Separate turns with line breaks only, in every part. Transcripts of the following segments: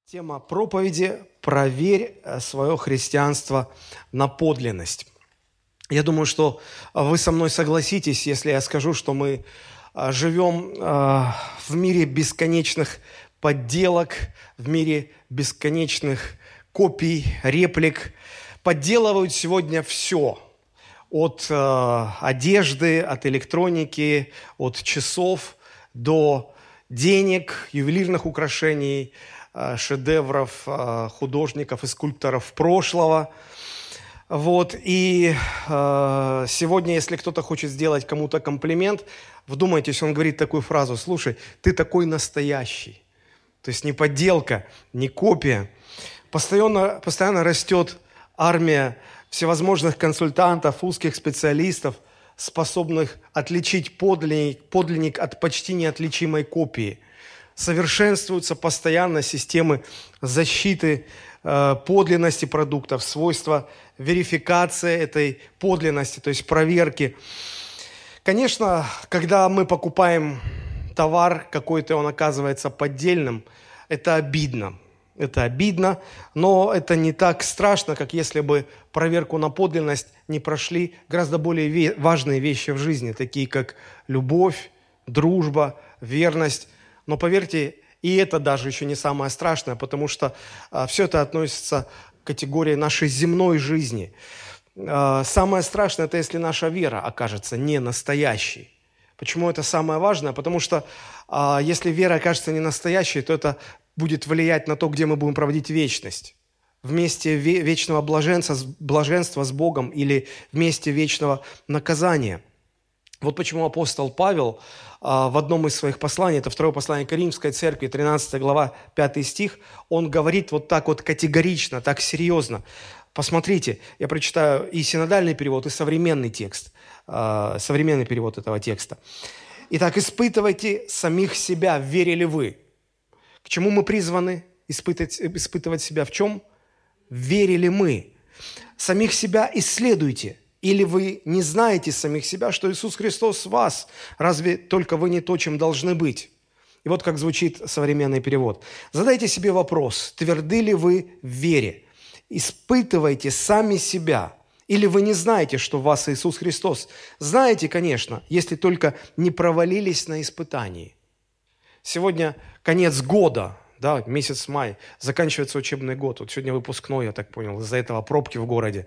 Тема проповеди «Проверь свое христианство на подлинность». Я думаю, что вы со мной согласитесь, если я скажу, что мы живем в мире бесконечных подделок, в мире бесконечных копий, реплик. Подделывают сегодня все. От одежды, от электроники, от часов до денег, ювелирных украшений, шедевров художников и скульпторов прошлого. И сегодня, если кто-то хочет сделать кому-то комплимент, вдумайтесь, он говорит такую фразу: «Слушай, ты такой настоящий». То есть не подделка, не копия. Постоянно растет армия всевозможных консультантов, узких специалистов, способных отличить подлинник от почти неотличимой копии. Совершенствуются постоянно системы защиты подлинности продуктов, свойства верификации этой подлинности, то есть проверки. Конечно, когда мы покупаем товар какой-то, он оказывается поддельным, это обидно. Это обидно, но это не так страшно, как если бы проверку на подлинность не прошли гораздо более важные вещи в жизни, такие как любовь, дружба, верность. Но поверьте, и это даже еще не самое страшное, потому что все это относится к категории нашей земной жизни. Самое страшное – это если наша вера окажется не настоящей. Почему это самое важное? Потому что если вера окажется не настоящей, то это будет влиять на то, где мы будем проводить вечность. Вместе вечного блаженства с Богом или вместе вечного наказания. Вот почему апостол Павел в одном из своих посланий, это второе послание Коринфской церкви, 13 глава, 5 стих, он говорит вот так вот категорично, так серьезно. Посмотрите, я прочитаю и синодальный перевод, и современный текст, современный перевод этого текста. «Итак, испытывайте самих себя, верили вы». К чему мы призваны испытывать себя? В чем? Верили мы. Самих себя исследуйте. Или вы не знаете самих себя, что Иисус Христос в вас? Разве только вы не то, чем должны быть? И вот как звучит современный перевод. Задайте себе вопрос, тверды ли вы в вере? Испытывайте сами себя. Или вы не знаете, что в вас Иисус Христос? Знаете, конечно, если только не провалились на испытании. Сегодня конец года, да, месяц май, заканчивается учебный год. Вот сегодня выпускной, я так понял, из-за этого пробки в городе.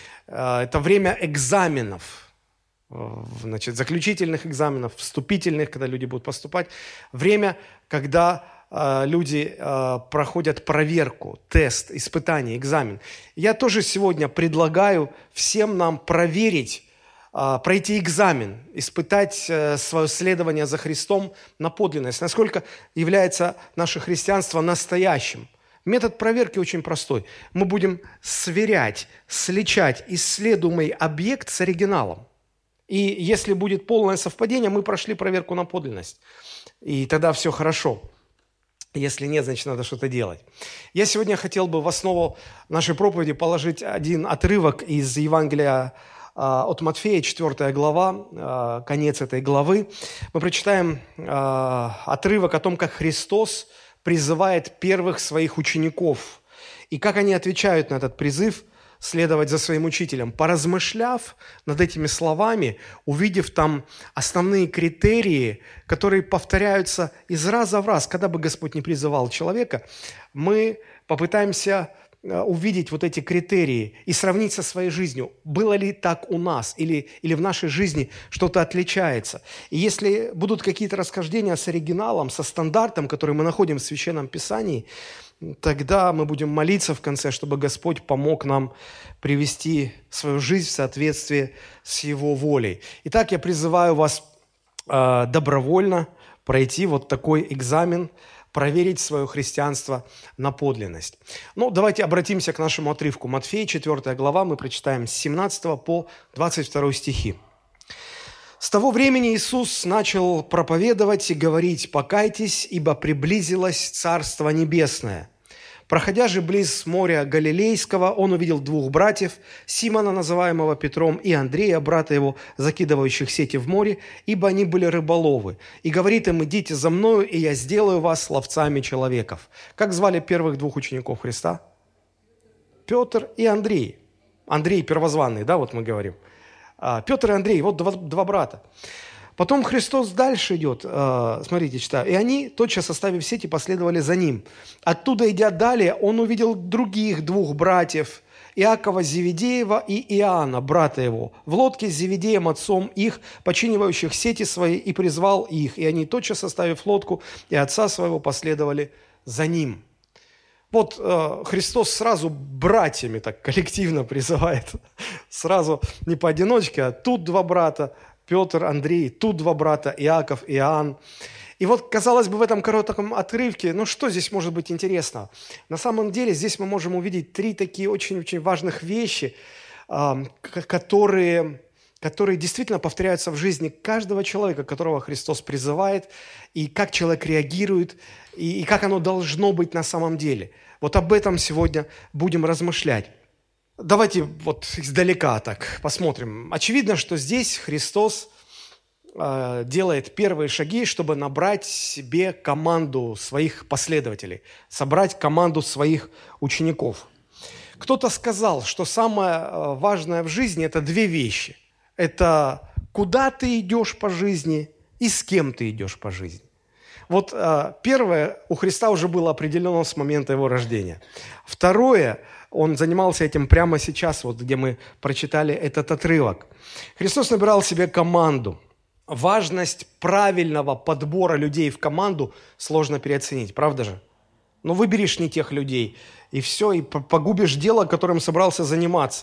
Это время экзаменов, значит, заключительных экзаменов, вступительных, когда люди будут поступать. Время, когда люди проходят проверку, тест, испытание, экзамен. Я тоже сегодня предлагаю всем нам проверить, пройти экзамен, испытать свое следование за Христом на подлинность. Насколько является наше христианство настоящим. Метод проверки очень простой. Мы будем сверять, сличать исследуемый объект с оригиналом. И если будет полное совпадение, мы прошли проверку на подлинность. И тогда все хорошо. Если нет, значит, надо что-то делать. Я сегодня хотел бы в основу нашей проповеди положить один отрывок из Евангелия от Матфея, 4 глава, конец этой главы. Мы прочитаем отрывок о том, как Христос призывает первых своих учеников. И как они отвечают на этот призыв следовать за своим учителем. Поразмышляв над этими словами, увидев там основные критерии, которые повторяются из раза в раз, когда бы Господь не призывал человека, мы попытаемся увидеть вот эти критерии и сравнить со своей жизнью. Было ли так у нас или в нашей жизни что-то отличается? И если будут какие-то расхождения с оригиналом, со стандартом, который мы находим в Священном Писании, тогда мы будем молиться в конце, чтобы Господь помог нам привести свою жизнь в соответствие с Его волей. Итак, я призываю вас добровольно пройти вот такой экзамен, проверить свое христианство на подлинность. Давайте обратимся к нашему отрывку. Матфея, 4 глава, мы прочитаем с 17 по 22 стихи. «С того времени Иисус начал проповедовать и говорить: „Покайтесь, ибо приблизилось Царство Небесное“. Проходя же близ моря Галилейского, он увидел двух братьев, Симона, называемого Петром, и Андрея, брата его, закидывающих сети в море, ибо они были рыболовы. И говорит им: идите за мною, и я сделаю вас ловцами человеков. Как звали первых двух учеников Христа? Петр и Андрей. Андрей первозванный, да, вот мы говорим. Петр и Андрей, вот два брата. Потом Христос дальше идет, смотрите, читаю. «И они, тотчас оставив сети, последовали за ним. Оттуда, идя далее, он увидел других двух братьев, Иакова Зеведеева и Иоанна, брата его, в лодке с Зеведеем, отцом их, починивающих сети свои, и призвал их. И они, тотчас оставив лодку и отца своего, последовали за ним». Вот Христос сразу братьями так коллективно призывает. Сразу не поодиночке, а тут два брата, Петр, Андрей, тут два брата, Иаков, Иоанн. И вот, казалось бы, в этом коротком отрывке, ну что здесь может быть интересного? На самом деле здесь мы можем увидеть три такие очень-очень важных вещи, которые действительно повторяются в жизни каждого человека, которого Христос призывает, и как человек реагирует, и как оно должно быть на самом деле. Вот об этом сегодня будем размышлять. Давайте вот издалека так посмотрим. Очевидно, что здесь Христос делает первые шаги, чтобы набрать себе команду своих последователей, собрать команду своих учеников. Кто-то сказал, что самое важное в жизни – это две вещи. Это куда ты идешь по жизни и с кем ты идешь по жизни. Вот первое у Христа уже было определено с момента его рождения. Второе, он занимался этим прямо сейчас, вот где мы прочитали этот отрывок. Христос набирал себе команду. Важность правильного подбора людей в команду сложно переоценить, правда же? Но выберешь не тех людей, и все, и погубишь дело, которым собрался заниматься.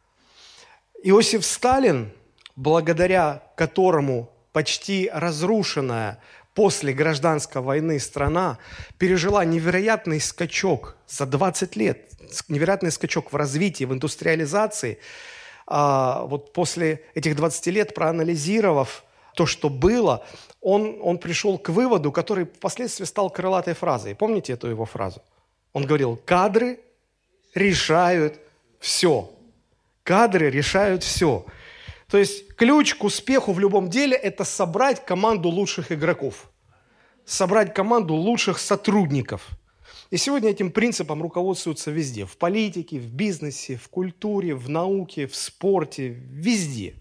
Иосиф Сталин, благодаря которому почти разрушенная после гражданской войны страна пережила невероятный скачок за 20 лет, невероятный скачок в развитии, в индустриализации. Вот после этих 20 лет, проанализировав то, что было, он пришел к выводу, который впоследствии стал крылатой фразой. Помните эту его фразу? Он говорил: кадры решают все. Кадры решают все. То есть ключ к успеху в любом деле – это собрать команду лучших игроков, собрать команду лучших сотрудников. И сегодня этим принципом руководствуются везде – в политике, в бизнесе, в культуре, в науке, в спорте, везде.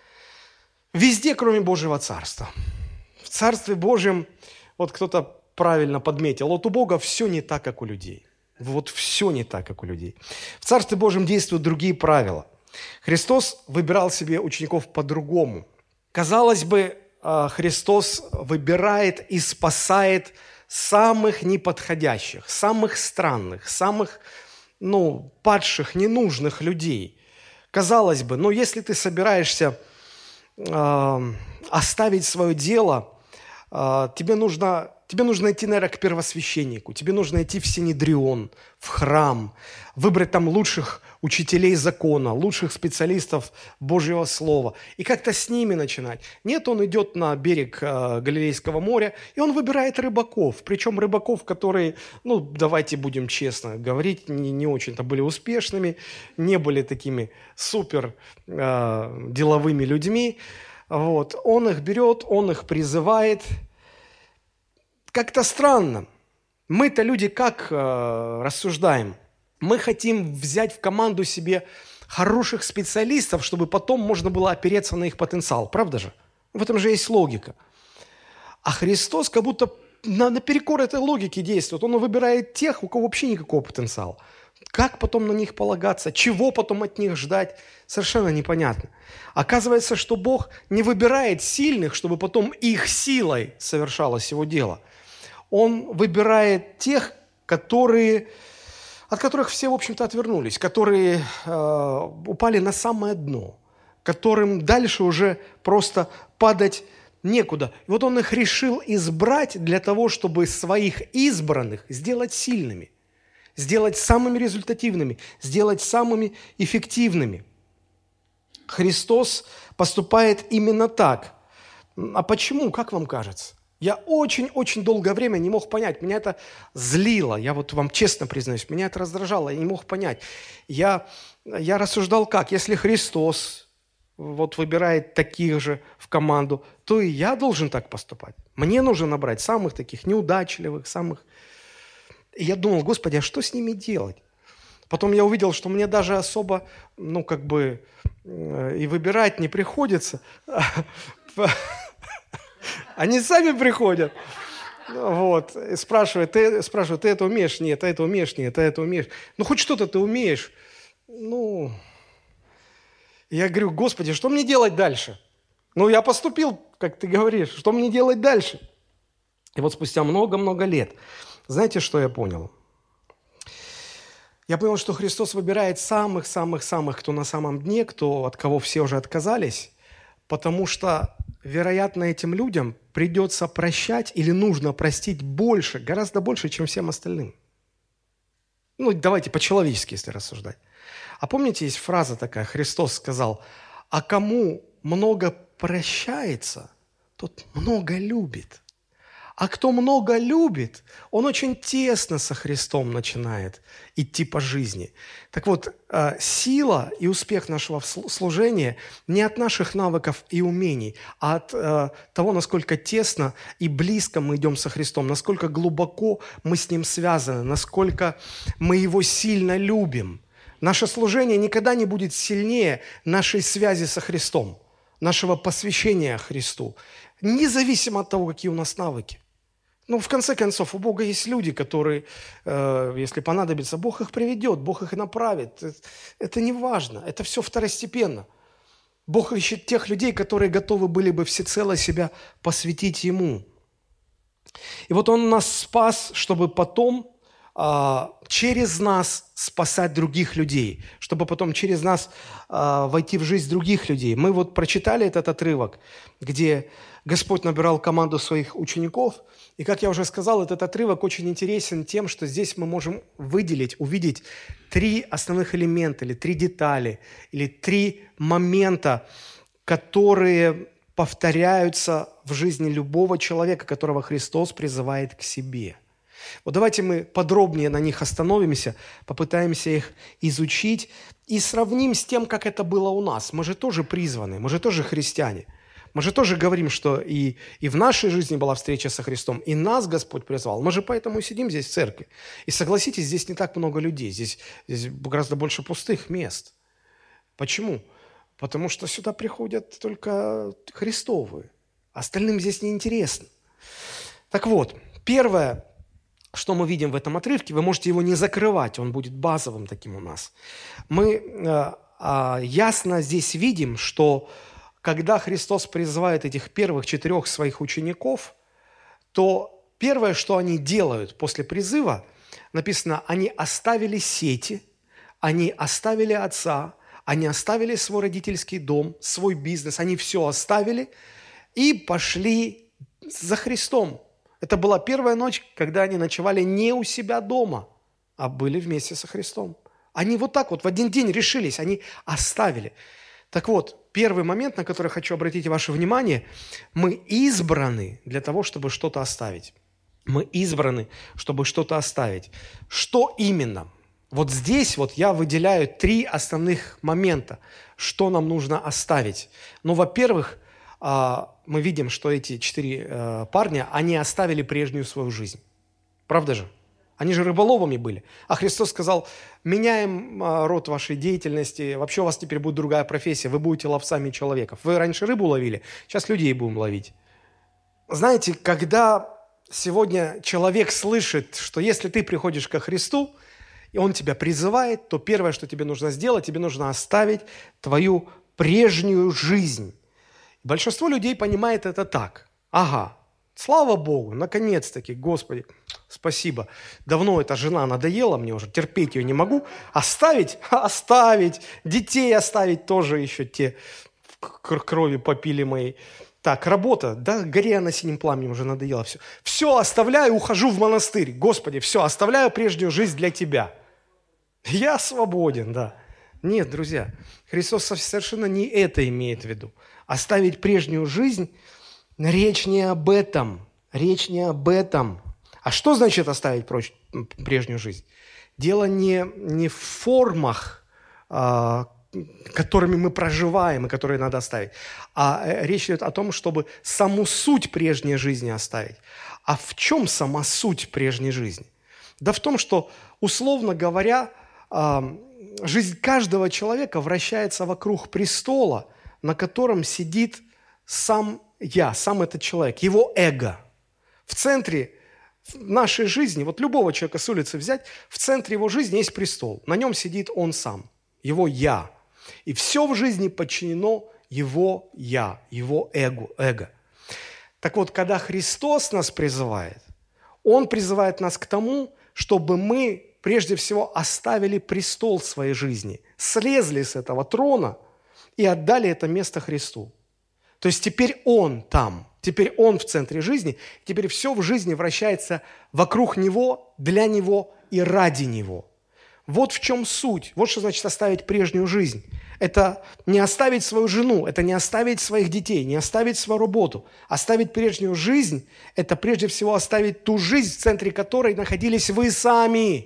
Везде, кроме Божьего Царства. В Царстве Божьем, вот кто-то правильно подметил, вот у Бога все не так, как у людей. Вот все не так, как у людей. В Царстве Божьем действуют другие правила. Христос выбирал себе учеников по-другому. Казалось бы, Христос выбирает и спасает самых неподходящих, самых странных, самых, падших, ненужных людей. Казалось бы, если ты собираешься оставить свое дело, тебе нужно идти, наверное, к первосвященнику, тебе нужно идти в Синедрион, в храм, выбрать там лучших учителей закона, лучших специалистов Божьего Слова, и как-то с ними начинать. Нет, он идет на берег Галилейского моря, и он выбирает рыбаков, причем рыбаков, которые, давайте будем честно говорить, не очень-то были успешными, не были такими супер деловыми людьми. Вот. Он их берет, он их призывает. Как-то странно. Мы-то люди как рассуждаем? Мы хотим взять в команду себе хороших специалистов, чтобы потом можно было опереться на их потенциал. Правда же? В этом же есть логика. А Христос как будто наперекор этой логике действует. Он выбирает тех, у кого вообще никакого потенциала. Как потом на них полагаться? Чего потом от них ждать? Совершенно непонятно. Оказывается, что Бог не выбирает сильных, чтобы потом их силой совершалось его дело. Он выбирает тех, от которых все, в общем-то, отвернулись, которые упали на самое дно, которым дальше уже просто падать некуда. И вот он их решил избрать для того, чтобы своих избранных сделать сильными, сделать самыми результативными, сделать самыми эффективными. Христос поступает именно так. А почему, как вам кажется? Я очень-очень долгое время не мог понять. Меня это злило. Я вот вам честно признаюсь, меня это раздражало. Я не мог понять. Я рассуждал как? Если Христос вот выбирает таких же в команду, то и я должен так поступать. Мне нужно набрать самых таких неудачливых, самых... И я думал, Господи, а что с ними делать? Потом я увидел, что мне даже особо, и выбирать не приходится. Они сами приходят. Вот. И спрашивают, ты это умеешь? Нет, ты это умеешь? Нет, ты это умеешь. Ну, хоть что-то ты умеешь. Я говорю, Господи, что мне делать дальше? Я поступил, как ты говоришь. Что мне делать дальше? И вот спустя много-много лет, знаете, что я понял? Я понял, что Христос выбирает самых-самых-самых, кто на самом дне, от кого все уже отказались, потому что, вероятно, этим людям придется прощать или нужно простить больше, гораздо больше, чем всем остальным. Давайте по-человечески, если рассуждать. А помните, есть фраза такая, Христос сказал, а кому много прощается, тот много любит. А кто много любит, он очень тесно со Христом начинает идти по жизни. Так вот, сила и успех нашего служения не от наших навыков и умений, а от того, насколько тесно и близко мы идем со Христом, насколько глубоко мы с Ним связаны, насколько мы Его сильно любим. Наше служение никогда не будет сильнее нашей связи со Христом, нашего посвящения Христу, независимо от того, какие у нас навыки. В конце концов, у Бога есть люди, которые, если понадобится, Бог их приведет, Бог их направит. Это не важно, это все второстепенно. Бог ищет тех людей, которые готовы были бы всецело себя посвятить Ему. И вот Он нас спас, чтобы потом через нас спасать других людей, чтобы потом через нас войти в жизнь других людей. Мы вот прочитали этот отрывок, где Господь набирал команду своих учеников, и, как я уже сказал, этот отрывок очень интересен тем, что здесь мы можем увидеть 3 основных элемента, или 3 детали, или 3 момента, которые повторяются в жизни любого человека, которого Христос призывает к себе. Вот давайте мы подробнее на них остановимся, попытаемся их изучить и сравним с тем, как это было у нас. Мы же тоже призваны, мы же тоже христиане. Мы же тоже говорим, что и в нашей жизни была встреча со Христом, и нас Господь призвал. Мы же поэтому и сидим здесь в церкви. И согласитесь, здесь не так много людей, здесь гораздо больше пустых мест. Почему? Потому что сюда приходят только Христовые. Остальным здесь неинтересно. Так вот, первое, что мы видим в этом отрывке, вы можете его не закрывать, он будет базовым таким у нас. Мы ясно здесь видим, что когда Христос призывает этих первых 4 своих учеников, то первое, что они делают после призыва, написано, они оставили сети, они оставили отца, они оставили свой родительский дом, свой бизнес, они все оставили и пошли за Христом. Это была первая ночь, когда они ночевали не у себя дома, а были вместе со Христом. Они вот так вот в один день решились, они оставили. Так вот, первый момент, на который хочу обратить ваше внимание, мы избраны для того, чтобы что-то оставить. Мы избраны, чтобы что-то оставить. Что именно? Вот здесь вот я выделяю 3 основных момента, что нам нужно оставить. Во-первых, мы видим, что эти 4 парня, они оставили прежнюю свою жизнь. Правда же? Они же рыболовами были. А Христос сказал, меняем род вашей деятельности, вообще у вас теперь будет другая профессия, вы будете ловцами человеков. Вы раньше рыбу ловили, сейчас людей будем ловить. Знаете, когда сегодня человек слышит, что если ты приходишь ко Христу, и Он тебя призывает, то первое, что тебе нужно сделать, тебе нужно оставить твою прежнюю жизнь. Большинство людей понимает это так. Ага, слава Богу, наконец-таки, Господи, спасибо. Давно эта жена надоела мне уже, терпеть ее не могу. Оставить? Оставить. Детей оставить тоже еще те крови попили мои. Так, работа, да, горе она синим пламенем, уже надоело все. Все оставляю, ухожу в монастырь. Господи, все, оставляю прежнюю жизнь для Тебя. Я свободен, да. Нет, друзья, Христос совершенно не это имеет в виду. Оставить прежнюю жизнь, речь не об этом. Речь не об этом. А что значит оставить прежнюю жизнь? Дело не в формах, которыми мы проживаем и которые надо оставить, а речь идет о том, чтобы саму суть прежней жизни оставить. А в чем сама суть прежней жизни? Да в том, что, условно говоря, жизнь каждого человека вращается вокруг престола, на котором сидит сам я, сам этот человек, его эго. В центре нашей жизни, вот любого человека с улицы взять, в центре его жизни есть престол. На нем сидит он сам, его я. И все в жизни подчинено его я, его эго. Так вот, когда Христос нас призывает, Он призывает нас к тому, чтобы мы прежде всего оставили престол своей жизни, слезли с этого трона и отдали это место Христу. То есть теперь Он там, теперь Он в центре жизни, теперь все в жизни вращается вокруг Него, для Него и ради Него. Вот в чем суть. Вот что значит оставить прежнюю жизнь. Это не оставить свою жену, это не оставить своих детей, не оставить свою работу. Оставить прежнюю жизнь – это прежде всего оставить ту жизнь, в центре которой находились вы сами.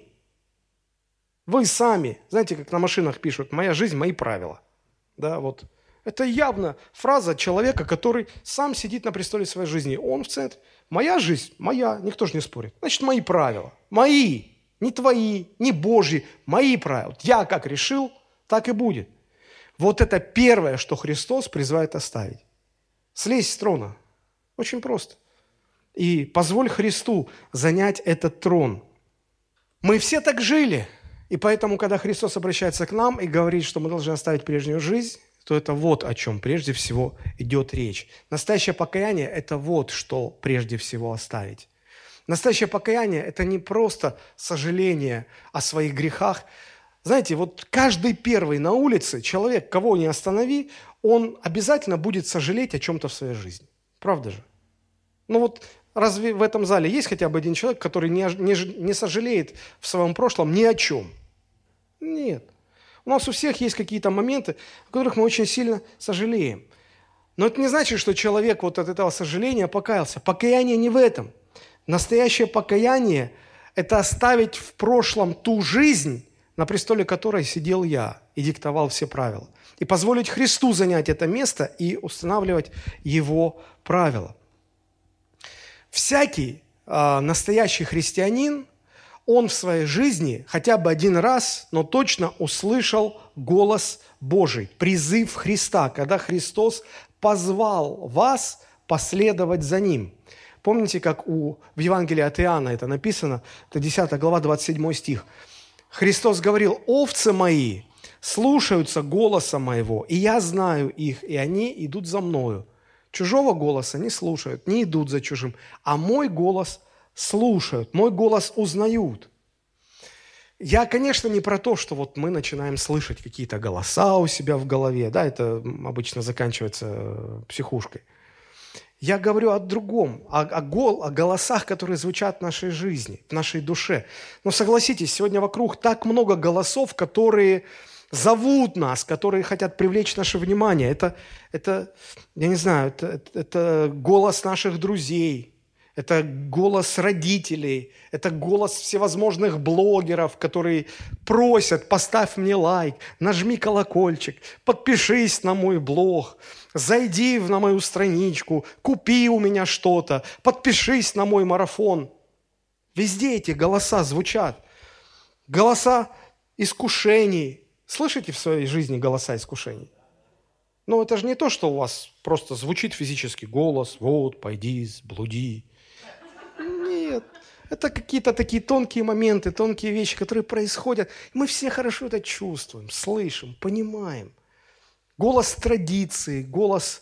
Вы сами. Знаете, как на машинах пишут: «Моя жизнь, мои правила». Да, вот. Это явно фраза человека, который сам сидит на престоле своей жизни. Он в центре. Моя жизнь, моя, никто же не спорит. Значит, мои правила. Мои. Не твои, не Божьи, мои правила. Я как решил, так и будет. Вот это первое, что Христос призывает оставить. Слезь с трона. Очень просто. И позволь Христу занять этот трон. Мы все так жили. И поэтому, когда Христос обращается к нам и говорит, что мы должны оставить прежнюю жизнь, то это вот о чем прежде всего идет речь. Настоящее покаяние – это вот что прежде всего оставить. Настоящее покаяние – это не просто сожаление о своих грехах. Знаете, вот каждый первый на улице человек, кого ни останови, он обязательно будет сожалеть о чем-то в своей жизни. Правда же? Ну вот разве в этом зале есть хотя бы один человек, который не сожалеет в своем прошлом ни о чем? Нет. У нас у всех есть какие-то моменты, о которых мы очень сильно сожалеем. Но это не значит, что человек вот от этого сожаления покаялся. Покаяние не в этом. Настоящее покаяние – это оставить в прошлом ту жизнь, на престоле которой сидел я и диктовал все правила. И позволить Христу занять это место и устанавливать Его правила. Всякий настоящий христианин, он в своей жизни хотя бы один раз, но точно услышал голос Божий, призыв Христа, когда Христос позвал вас последовать за Ним. Помните, как в Евангелии от Иоанна это написано, это 10 глава, 27 стих. Христос говорил: «Овцы мои слушаются голоса моего, и я знаю их, и они идут за мною. Чужого голоса не слушают, не идут за чужим, а мой голос слушают, мой голос узнают». Я, конечно, не про то, что вот мы начинаем слышать какие-то голоса у себя в голове, да, это обычно заканчивается психушкой. Я говорю о другом, о голосах, которые звучат в нашей жизни, в нашей душе. Но согласитесь, сегодня вокруг так много голосов, которые зовут нас, которые хотят привлечь наше внимание. Это я не знаю, это голос наших друзей, это голос родителей, это голос всевозможных блогеров, которые просят: поставь мне лайк, нажми колокольчик, подпишись на мой блог, зайди на мою страничку, купи у меня что-то, подпишись на мой марафон. Везде эти голоса звучат. Голоса искушений. Слышите в своей жизни голоса искушений? Но это же не то, что у вас просто звучит физический голос: вот, пойди, блуди. Нет, это какие-то такие тонкие моменты, тонкие вещи, которые происходят. Мы все хорошо это чувствуем, слышим, понимаем. Голос традиции, голос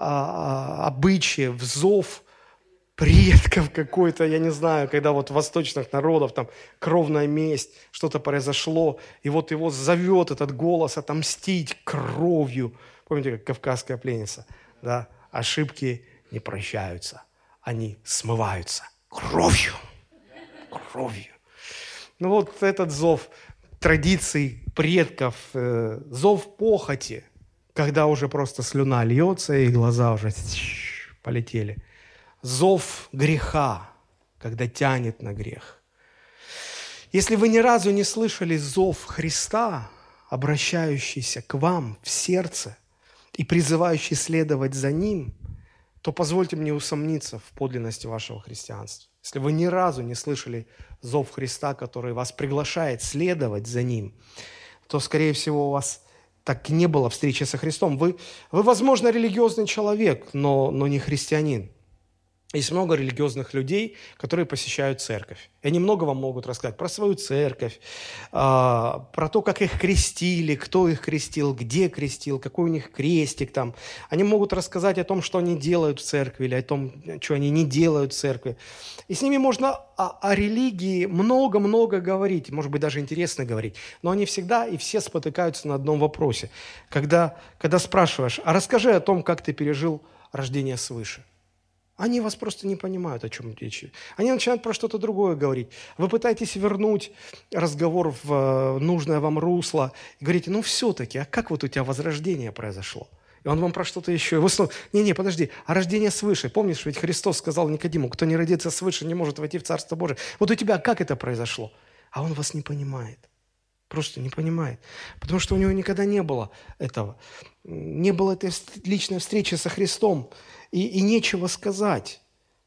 обычаев, зов предков какой-то, я не знаю, когда вот восточных народов там кровная месть, что-то произошло, и вот его зовет этот голос отомстить кровью. Помните, как кавказская пленница? Да? Ошибки не прощаются, они смываются кровью. Кровью. Ну вот этот зов традиций предков, зов похоти, когда уже просто слюна льется, и глаза уже полетели. зов греха, когда тянет на грех. Если вы ни разу не слышали зов Христа, обращающийся к вам в сердце и призывающий следовать за Ним, то позвольте мне усомниться в подлинности вашего христианства. Если вы ни разу не слышали зов Христа, который вас приглашает следовать за Ним, то, скорее всего, у вас так и не было встречи со Христом. Вы возможно, религиозный человек, но не христианин. Есть много религиозных людей, которые посещают церковь. И они много вам могут рассказать про свою церковь, про то, как их крестили, кто их крестил, где крестил, какой у них крестик там. Они могут рассказать о том, что они делают в церкви, или о том, что они не делают в церкви. И с ними можно о религии много-много говорить, может быть, даже интересно говорить. Но они всегда и все спотыкаются на одном вопросе. Когда спрашиваешь, а расскажи о том, как ты пережил рождение свыше. Они вас просто не понимают, о чем речь. Они начинают про что-то другое говорить. Вы пытаетесь вернуть разговор в нужное вам русло. И говорите, ну все-таки, а как вот у тебя возрождение произошло? И он вам про что-то еще. И вы снова, подожди, а рождение свыше? Помнишь, ведь Христос сказал Никодиму, кто не родится свыше, не может войти в Царство Божие. Вот у тебя как это произошло? А он вас не понимает. Просто не понимает. Потому что у него никогда не было этого. Не было этой личной встречи со Христом. И нечего сказать.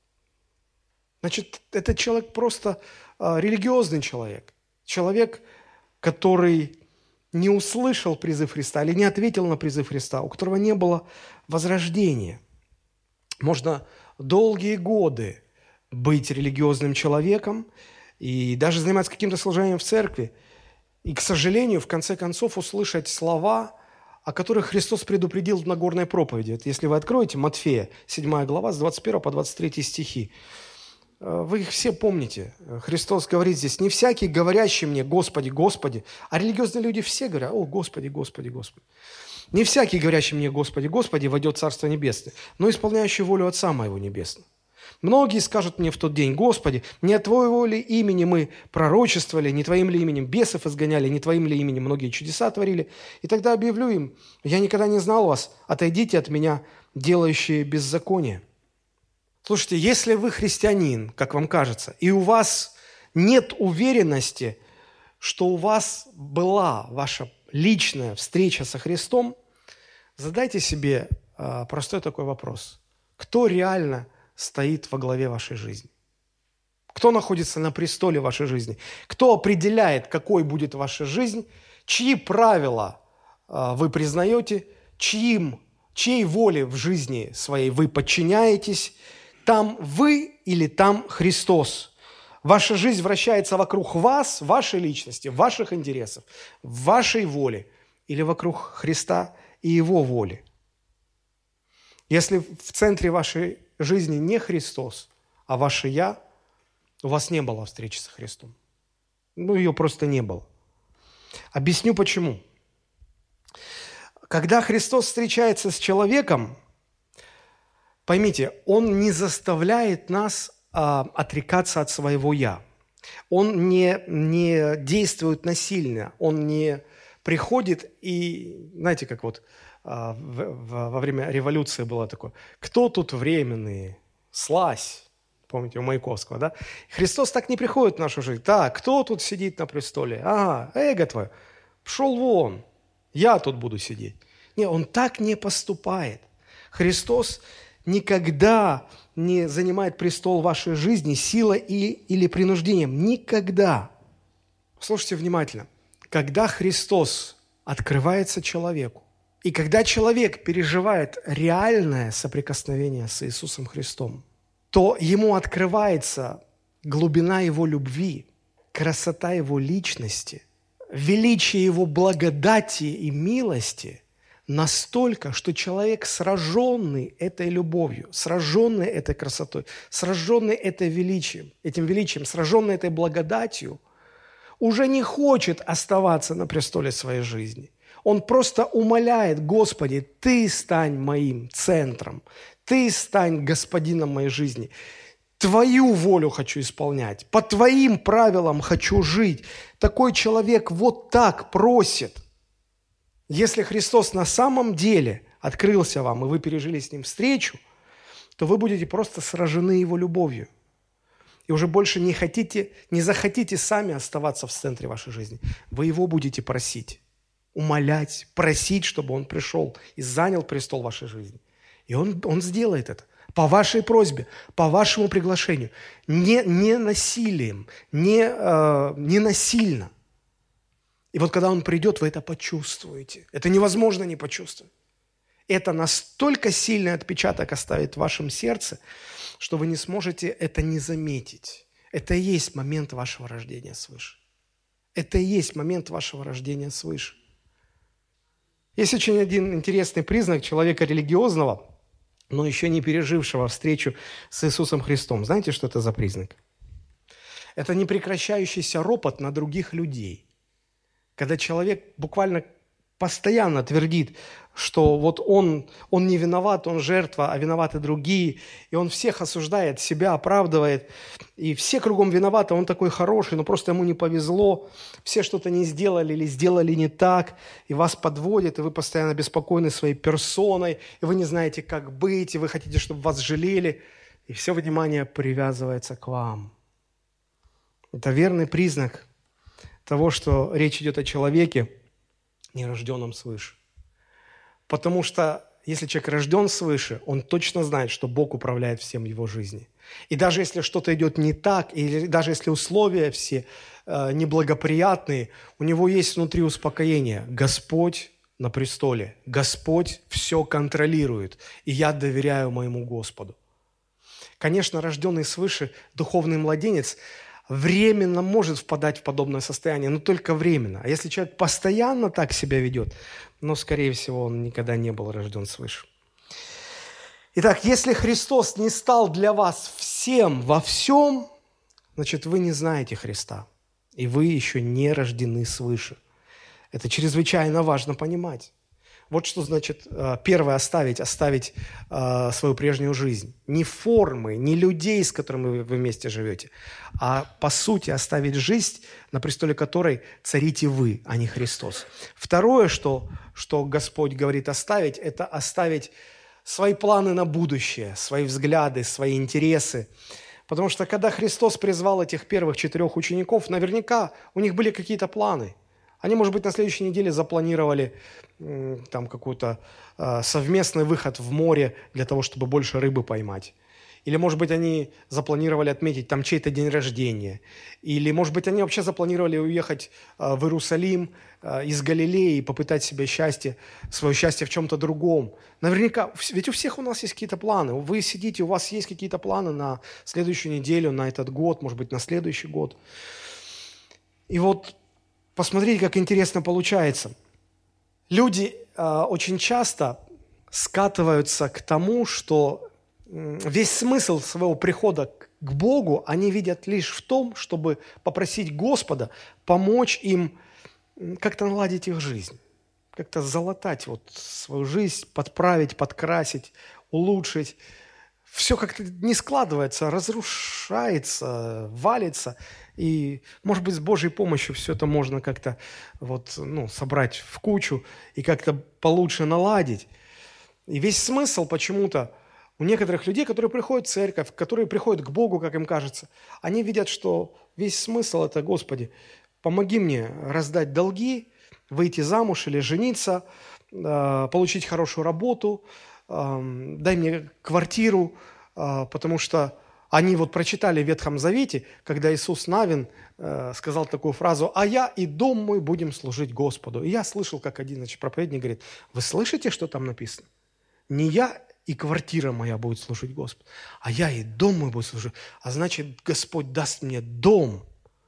Значит, этот человек просто религиозный человек. Человек, который не услышал призыв Христа или не ответил на призыв Христа, у которого не было возрождения. Можно долгие годы быть религиозным человеком и даже заниматься каким-то служением в церкви. И, к сожалению, в конце концов услышать слова, о которых Христос предупредил в Нагорной проповеди. Это если вы откроете Матфея, 7 глава, с 21 по 23 стихи. Вы их все помните. Христос говорит здесь, не всякий, говорящий мне, Господи, Господи, а религиозные люди все говорят, о, Господи, Господи, Господи. Не всякий, говорящий мне, Господи, Господи, войдет в Царство Небесное, но исполняющий волю Отца Моего Небесного. Многие скажут мне в тот день, Господи, не от Твоего ли имени мы пророчествовали, не Твоим ли именем бесов изгоняли, не Твоим ли именем многие чудеса творили? И тогда объявлю им, я никогда не знал вас, отойдите от меня, делающие беззаконие. Слушайте, если вы христианин, как вам кажется, и у вас нет уверенности, что у вас была ваша личная встреча со Христом, задайте себе простой такой вопрос. Кто реально стоит во главе вашей жизни? Кто находится на престоле вашей жизни? Кто определяет, какой будет ваша жизнь? Чьи правила вы признаете? Чьей воле в жизни своей вы подчиняетесь? Там вы или там Христос? Ваша жизнь вращается вокруг вас, вашей личности, ваших интересов, вашей воли или вокруг Христа и Его воли? Если в центре вашей жизни не Христос, а ваше «я», у вас не было встречи со Христом. Ее просто не было. Объясню почему. Когда Христос встречается с человеком, поймите, Он не заставляет нас отрекаться от своего «я». Он не действует насильно, Он не приходит и, знаете, как вот во время революции было такое, кто тут временный, слазь, помните, у Маяковского, да? Христос так не приходит в нашу жизнь. Так, кто тут сидит на престоле? Ага, эго твое, пшел вон, я тут буду сидеть. Не, Он так не поступает. Христос никогда не занимает престол вашей жизни силой или принуждением. Никогда. Слушайте внимательно. Когда Христос открывается человеку, и когда человек переживает реальное соприкосновение с Иисусом Христом, то ему открывается глубина Его любви, красота Его личности, величие Его благодати и милости настолько, что человек, сраженный этой любовью, сраженный этой красотой, сраженный этим величием, сраженный этой благодатью, уже не хочет оставаться на престоле своей жизни. Он просто умоляет: Господи, Ты стань моим центром, Ты стань господином моей жизни. Твою волю хочу исполнять, по Твоим правилам хочу жить. Такой человек вот так просит. Если Христос на самом деле открылся вам, и вы пережили с Ним встречу, то вы будете просто сражены Его любовью. И уже больше не захотите сами оставаться в центре вашей жизни. Вы Его будете просить, умолять, просить, чтобы Он пришел и занял престол вашей жизни. И Он сделает это по вашей просьбе, по вашему приглашению. Не насилием, не насильно. И вот когда Он придет, вы это почувствуете. Это невозможно не почувствовать. Это настолько сильный отпечаток оставит в вашем сердце, что вы не сможете это не заметить. Это и есть момент вашего рождения свыше. Это и есть момент вашего рождения свыше. Есть очень один интересный признак человека религиозного, но еще не пережившего встречу с Иисусом Христом. Знаете, что это за признак? Это непрекращающийся ропот на других людей. Когда человек буквально постоянно твердит, что вот он не виноват, он жертва, а виноваты другие, и он всех осуждает, себя оправдывает, и все кругом виноваты, он такой хороший, но просто ему не повезло, все что-то не сделали или сделали не так, и вас подводят, и вы постоянно беспокойны своей персоной, и вы не знаете, как быть, и вы хотите, чтобы вас жалели, и все внимание привязывается к вам. Это верный признак того, что речь идет о человеке, нерожденном свыше. Потому что если человек рожден свыше, он точно знает, что Бог управляет всем в его жизни. И даже если что-то идет не так, или даже если условия все неблагоприятные, у него есть внутри успокоение. Господь на престоле, Господь все контролирует, и я доверяю моему Господу. Конечно, рожденный свыше духовный младенец временно может впадать в подобное состояние, но только временно. А если человек постоянно так себя ведет, но, скорее всего, он никогда не был рожден свыше. Итак, если Христос не стал для вас всем во всем, значит, вы не знаете Христа, и вы еще не рождены свыше. Это чрезвычайно важно понимать. Вот что значит, первое, оставить свою прежнюю жизнь. Не формы, не людей, с которыми вы вместе живете, а по сути оставить жизнь, на престоле которой царите вы, а не Христос. Второе, что Господь говорит оставить, это оставить свои планы на будущее, свои взгляды, свои интересы. Потому что когда Христос призвал этих первых 4 учеников, наверняка у них были какие-то планы. Они, может быть, на следующей неделе запланировали там какой-то совместный выход в море для того, чтобы больше рыбы поймать. Или, может быть, они запланировали отметить там чей-то день рождения. Или, может быть, они вообще запланировали уехать в Иерусалим из Галилеи и попытать свое счастье в чем-то другом. Наверняка, ведь у всех у нас есть какие-то планы. Вы сидите, у вас есть какие-то планы на следующую неделю, на этот год, может быть, на следующий год. И вот посмотрите, как интересно получается. Люди очень часто скатываются к тому, что весь смысл своего прихода к Богу они видят лишь в том, чтобы попросить Господа помочь им как-то наладить их жизнь, как-то залатать вот свою жизнь, подправить, подкрасить, улучшить. Все как-то не складывается, разрушается, валится. И, может быть, с Божьей помощью все это можно как-то собрать в кучу и как-то получше наладить. И весь смысл почему-то у некоторых людей, которые приходят в церковь, которые приходят к Богу, как им кажется, они видят, что весь смысл – это, Господи, помоги мне раздать долги, выйти замуж или жениться, получить хорошую работу, дай мне квартиру, потому что они вот прочитали в Ветхом Завете, когда Иисус Навин сказал такую фразу: «А я и дом мой будем служить Господу». И я слышал, как один проповедник говорит: вы слышите, что там написано? Не я и квартира моя будет служить Господу, а я и дом мой буду служить. А значит, Господь даст мне дом.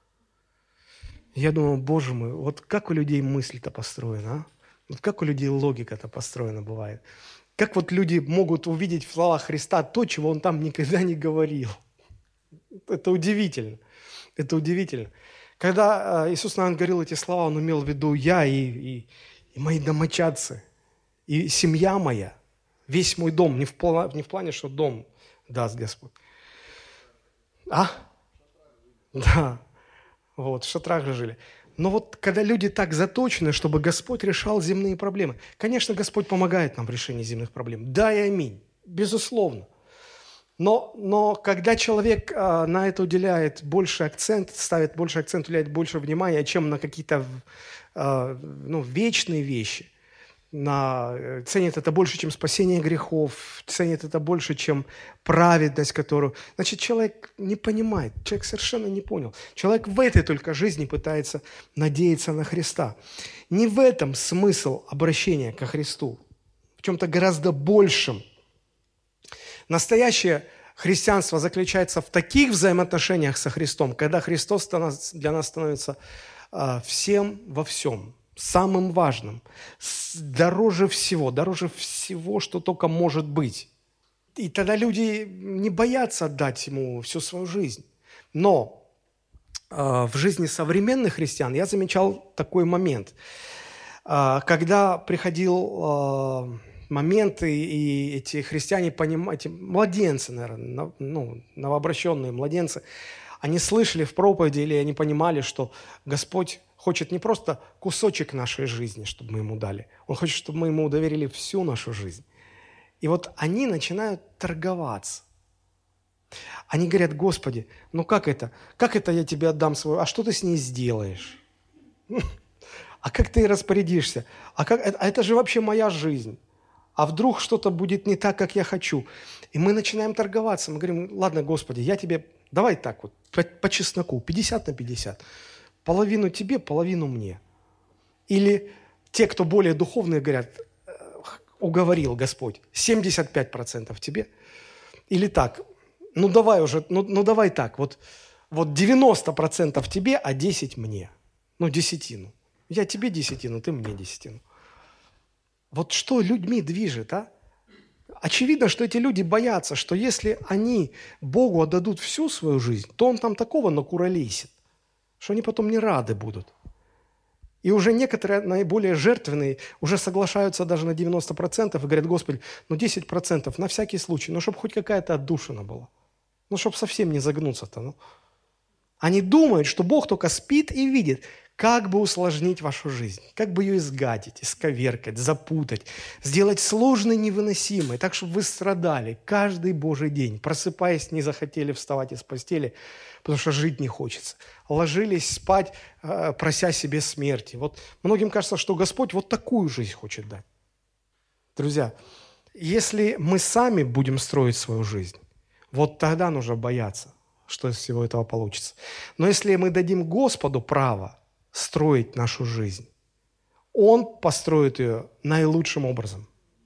Я думаю, Боже мой, вот как у людей мысль-то построена, а? Вот как у людей логика-то построена бывает. Как вот люди могут увидеть в словах Христа то, чего Он там никогда не говорил. Это удивительно. Это удивительно. Когда Иисус, наверное, говорил эти слова, Он имел в виду я и мои домочадцы, и семья моя, весь мой дом. Не в плане, что дом даст Господь. А? Да. Вот, в шатрах же жили. Но вот когда люди так заточены, чтобы Господь решал земные проблемы, конечно, Господь помогает нам в решении земных проблем. Да и аминь, безусловно. Но когда человек на это уделяет больше акцент, ставит больше акцент, уделяет больше внимания, чем на какие-то вечные вещи, ценит это больше, чем спасение грехов, ценит это больше, чем праведность, которую... Значит, человек не понимает, человек совершенно не понял. Человек в этой только жизни пытается надеяться на Христа. Не в этом смысл обращения ко Христу, в чем-то гораздо большем. Настоящее христианство заключается в таких взаимоотношениях со Христом, когда Христос для нас становится всем во всем, самым важным, дороже всего, что только может быть. И тогда люди не боятся отдать Ему всю свою жизнь. Но в жизни современных христиан я замечал такой момент, когда приходил момент, и эти христиане, эти младенцы, наверное, новообращенные младенцы, они слышали в проповеди или они понимали, что Господь хочет не просто кусочек нашей жизни, чтобы мы Ему дали. Он хочет, чтобы мы Ему доверили всю нашу жизнь. И вот они начинают торговаться. Они говорят: Господи, ну как это? Как это я Тебе отдам свою? А что Ты с ней сделаешь? А как Ты распорядишься? А это же вообще моя жизнь. А вдруг что-то будет не так, как я хочу? И мы начинаем торговаться. Мы говорим: ладно, Господи, я Тебе... Давай так вот, по чесноку, 50/50. Половину Тебе, половину мне. Или те, кто более духовные, говорят: уговорил Господь, 75% Тебе. Или так, ну давай уже, ну давай так, вот 90% Тебе, а 10 мне. Десятину. Я Тебе десятину, Ты мне десятину. Вот что людьми движет, а? Очевидно, что эти люди боятся, что если они Богу отдадут всю свою жизнь, то Он там такого накуролесит, что они потом не рады будут. И уже некоторые наиболее жертвенные уже соглашаются даже на 90% и говорят: Господи, 10% на всякий случай, чтобы хоть какая-то отдушина была. Чтобы совсем не загнуться-то. Они думают, что Бог только спит и видит, как бы усложнить вашу жизнь, как бы ее изгадить, исковеркать, запутать, сделать сложной, невыносимой, так, чтобы вы страдали каждый Божий день, просыпаясь, не захотели вставать из постели, потому что жить не хочется. Ложились спать, прося себе смерти. Вот многим кажется, что Господь вот такую жизнь хочет дать. Друзья, если мы сами будем строить свою жизнь, вот тогда нужно бояться, что из всего этого получится. Но если мы дадим Господу право строить нашу жизнь, Он построит ее наилучшим образом.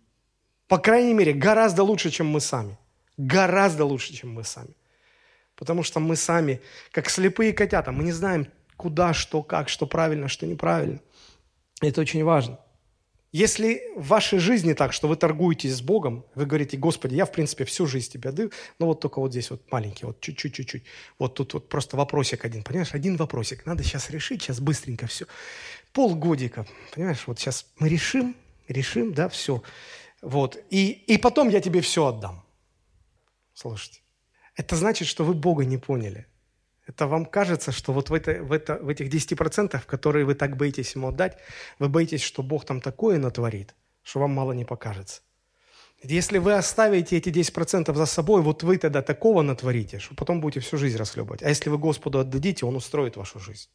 По крайней мере, гораздо лучше, чем мы сами. Гораздо лучше, чем мы сами. Потому что мы сами, как слепые котята, мы не знаем, куда, что, как, что правильно, что неправильно. Это очень важно. Если в вашей жизни так, что вы торгуетесь с Богом, вы говорите: Господи, я, в принципе, всю жизнь Тебе даю, но вот только вот здесь вот маленький, вот чуть-чуть. Вот тут вот просто вопросик один, понимаешь? Один вопросик. Надо сейчас решить, сейчас быстренько все. Полгодика, понимаешь? Вот сейчас мы решим, да, все. Вот. И потом я тебе все отдам. Слушайте, это значит, что вы Бога не поняли. Это вам кажется, что вот в этих 10%, которые вы так боитесь Ему отдать, вы боитесь, что Бог там такое натворит, что вам мало не покажется. Если вы оставите эти 10% за собой, вот вы тогда такого натворите, что потом будете всю жизнь расхлебывать. А если вы Господу отдадите, Он устроит вашу жизнь.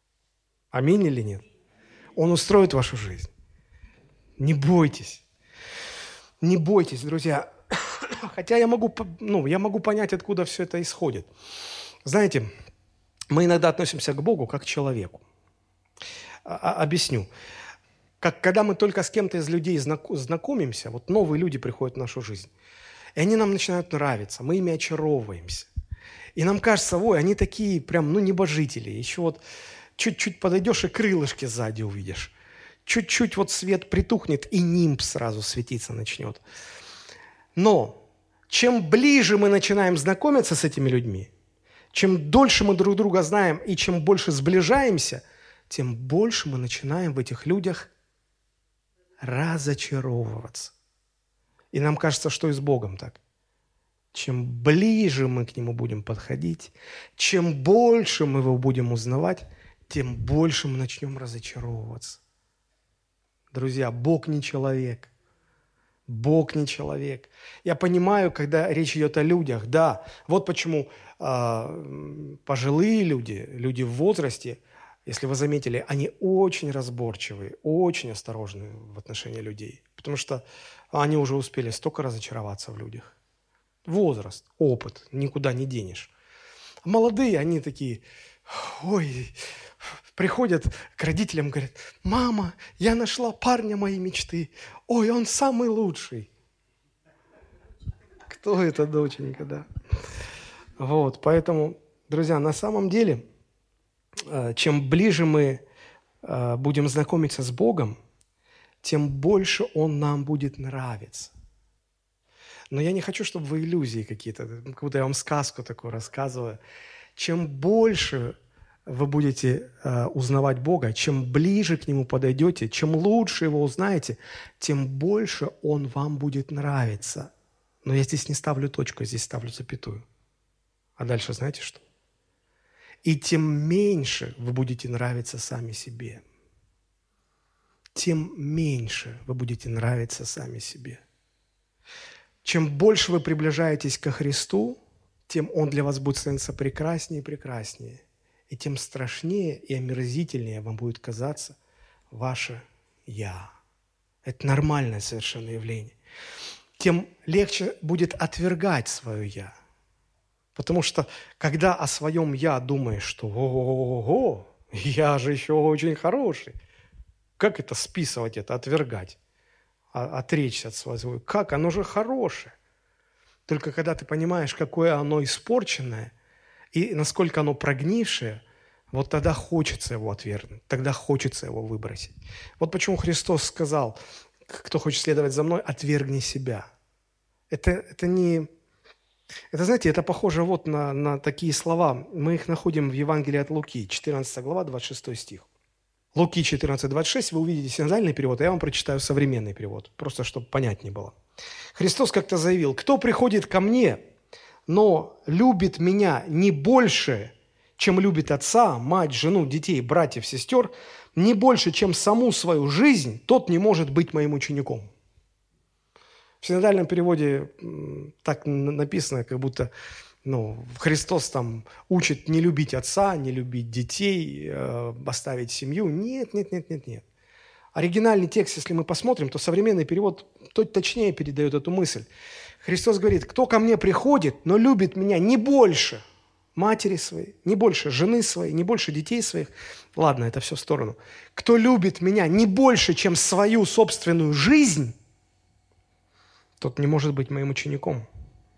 Аминь или нет? Он устроит вашу жизнь. Не бойтесь. Не бойтесь, друзья. Хотя я могу понять, откуда все это исходит. Знаете, мы иногда относимся к Богу как к человеку. Объясню. Когда мы только с кем-то из людей знакомимся, вот новые люди приходят в нашу жизнь, и они нам начинают нравиться, мы ими очаровываемся. И нам кажется: ой, они такие прям, небожители. Еще вот чуть-чуть подойдешь и крылышки сзади увидишь. Чуть-чуть вот свет притухнет, и нимб сразу светиться начнет. Но чем ближе мы начинаем знакомиться с этими людьми, чем дольше мы друг друга знаем и чем больше сближаемся, тем больше мы начинаем в этих людях разочаровываться. И нам кажется, что и с Богом так. Чем ближе мы к Нему будем подходить, чем больше мы Его будем узнавать, тем больше мы начнем разочаровываться. Друзья, Бог не человек. Бог не человек. Я понимаю, когда речь идет о людях, да. Вот почему пожилые люди, люди в возрасте, если вы заметили, они очень разборчивые, очень осторожны в отношении людей, потому что они уже успели столько разочароваться в людях. Возраст, опыт, никуда не денешь. А молодые, они такие, ой, приходят к родителям, говорят: мама, я нашла парня моей мечты, ой, он самый лучший. Кто это, доченька, да? Вот, поэтому, друзья, на самом деле, чем ближе мы будем знакомиться с Богом, тем больше Он нам будет нравиться. Но я не хочу, чтобы вы иллюзии какие-то, как будто я вам сказку такую рассказываю. Чем больше вы будете узнавать Бога, чем ближе к Нему подойдете, чем лучше Его узнаете, тем больше Он вам будет нравиться. Но я здесь не ставлю точку, я здесь ставлю запятую. А дальше знаете что? И тем меньше вы будете нравиться сами себе. Тем меньше вы будете нравиться сами себе. Чем больше вы приближаетесь ко Христу, тем Он для вас будет становиться прекраснее и прекраснее. И тем страшнее и омерзительнее вам будет казаться ваше «я». Это нормальное совершенно явление. Тем легче будет отвергать свое «я». Потому что, когда о своем «я» думаешь, что «ого, я же еще очень хороший», как это списывать, это отвергать, отречься от своего? Как? Оно же хорошее. Только когда ты понимаешь, какое оно испорченное и насколько оно прогнившее, вот тогда хочется его отвергнуть, тогда хочется его выбросить. Вот почему Христос сказал: кто хочет следовать за мной, отвергни себя. Это не... Это, знаете, это похоже вот на такие слова. Мы их находим в Евангелии от Луки, 14 глава, 26 стих. Луки 14, 26, вы увидите синодальный перевод, а я вам прочитаю современный перевод, просто чтобы понятнее было. Христос как-то заявил: кто приходит ко мне, но любит меня не больше, чем любит отца, мать, жену, детей, братьев, сестер, не больше, чем саму свою жизнь, тот не может быть моим учеником. В синодальном переводе так написано, как будто Христос там учит не любить отца, не любить детей, оставить семью. Нет. Оригинальный текст, если мы посмотрим, то современный перевод точнее передает эту мысль. Христос говорит: кто ко мне приходит, но любит меня не больше матери своей, не больше жены своей, не больше детей своих. Ладно, это все в сторону. Кто любит меня не больше, чем свою собственную жизнь, тот не может быть моим учеником.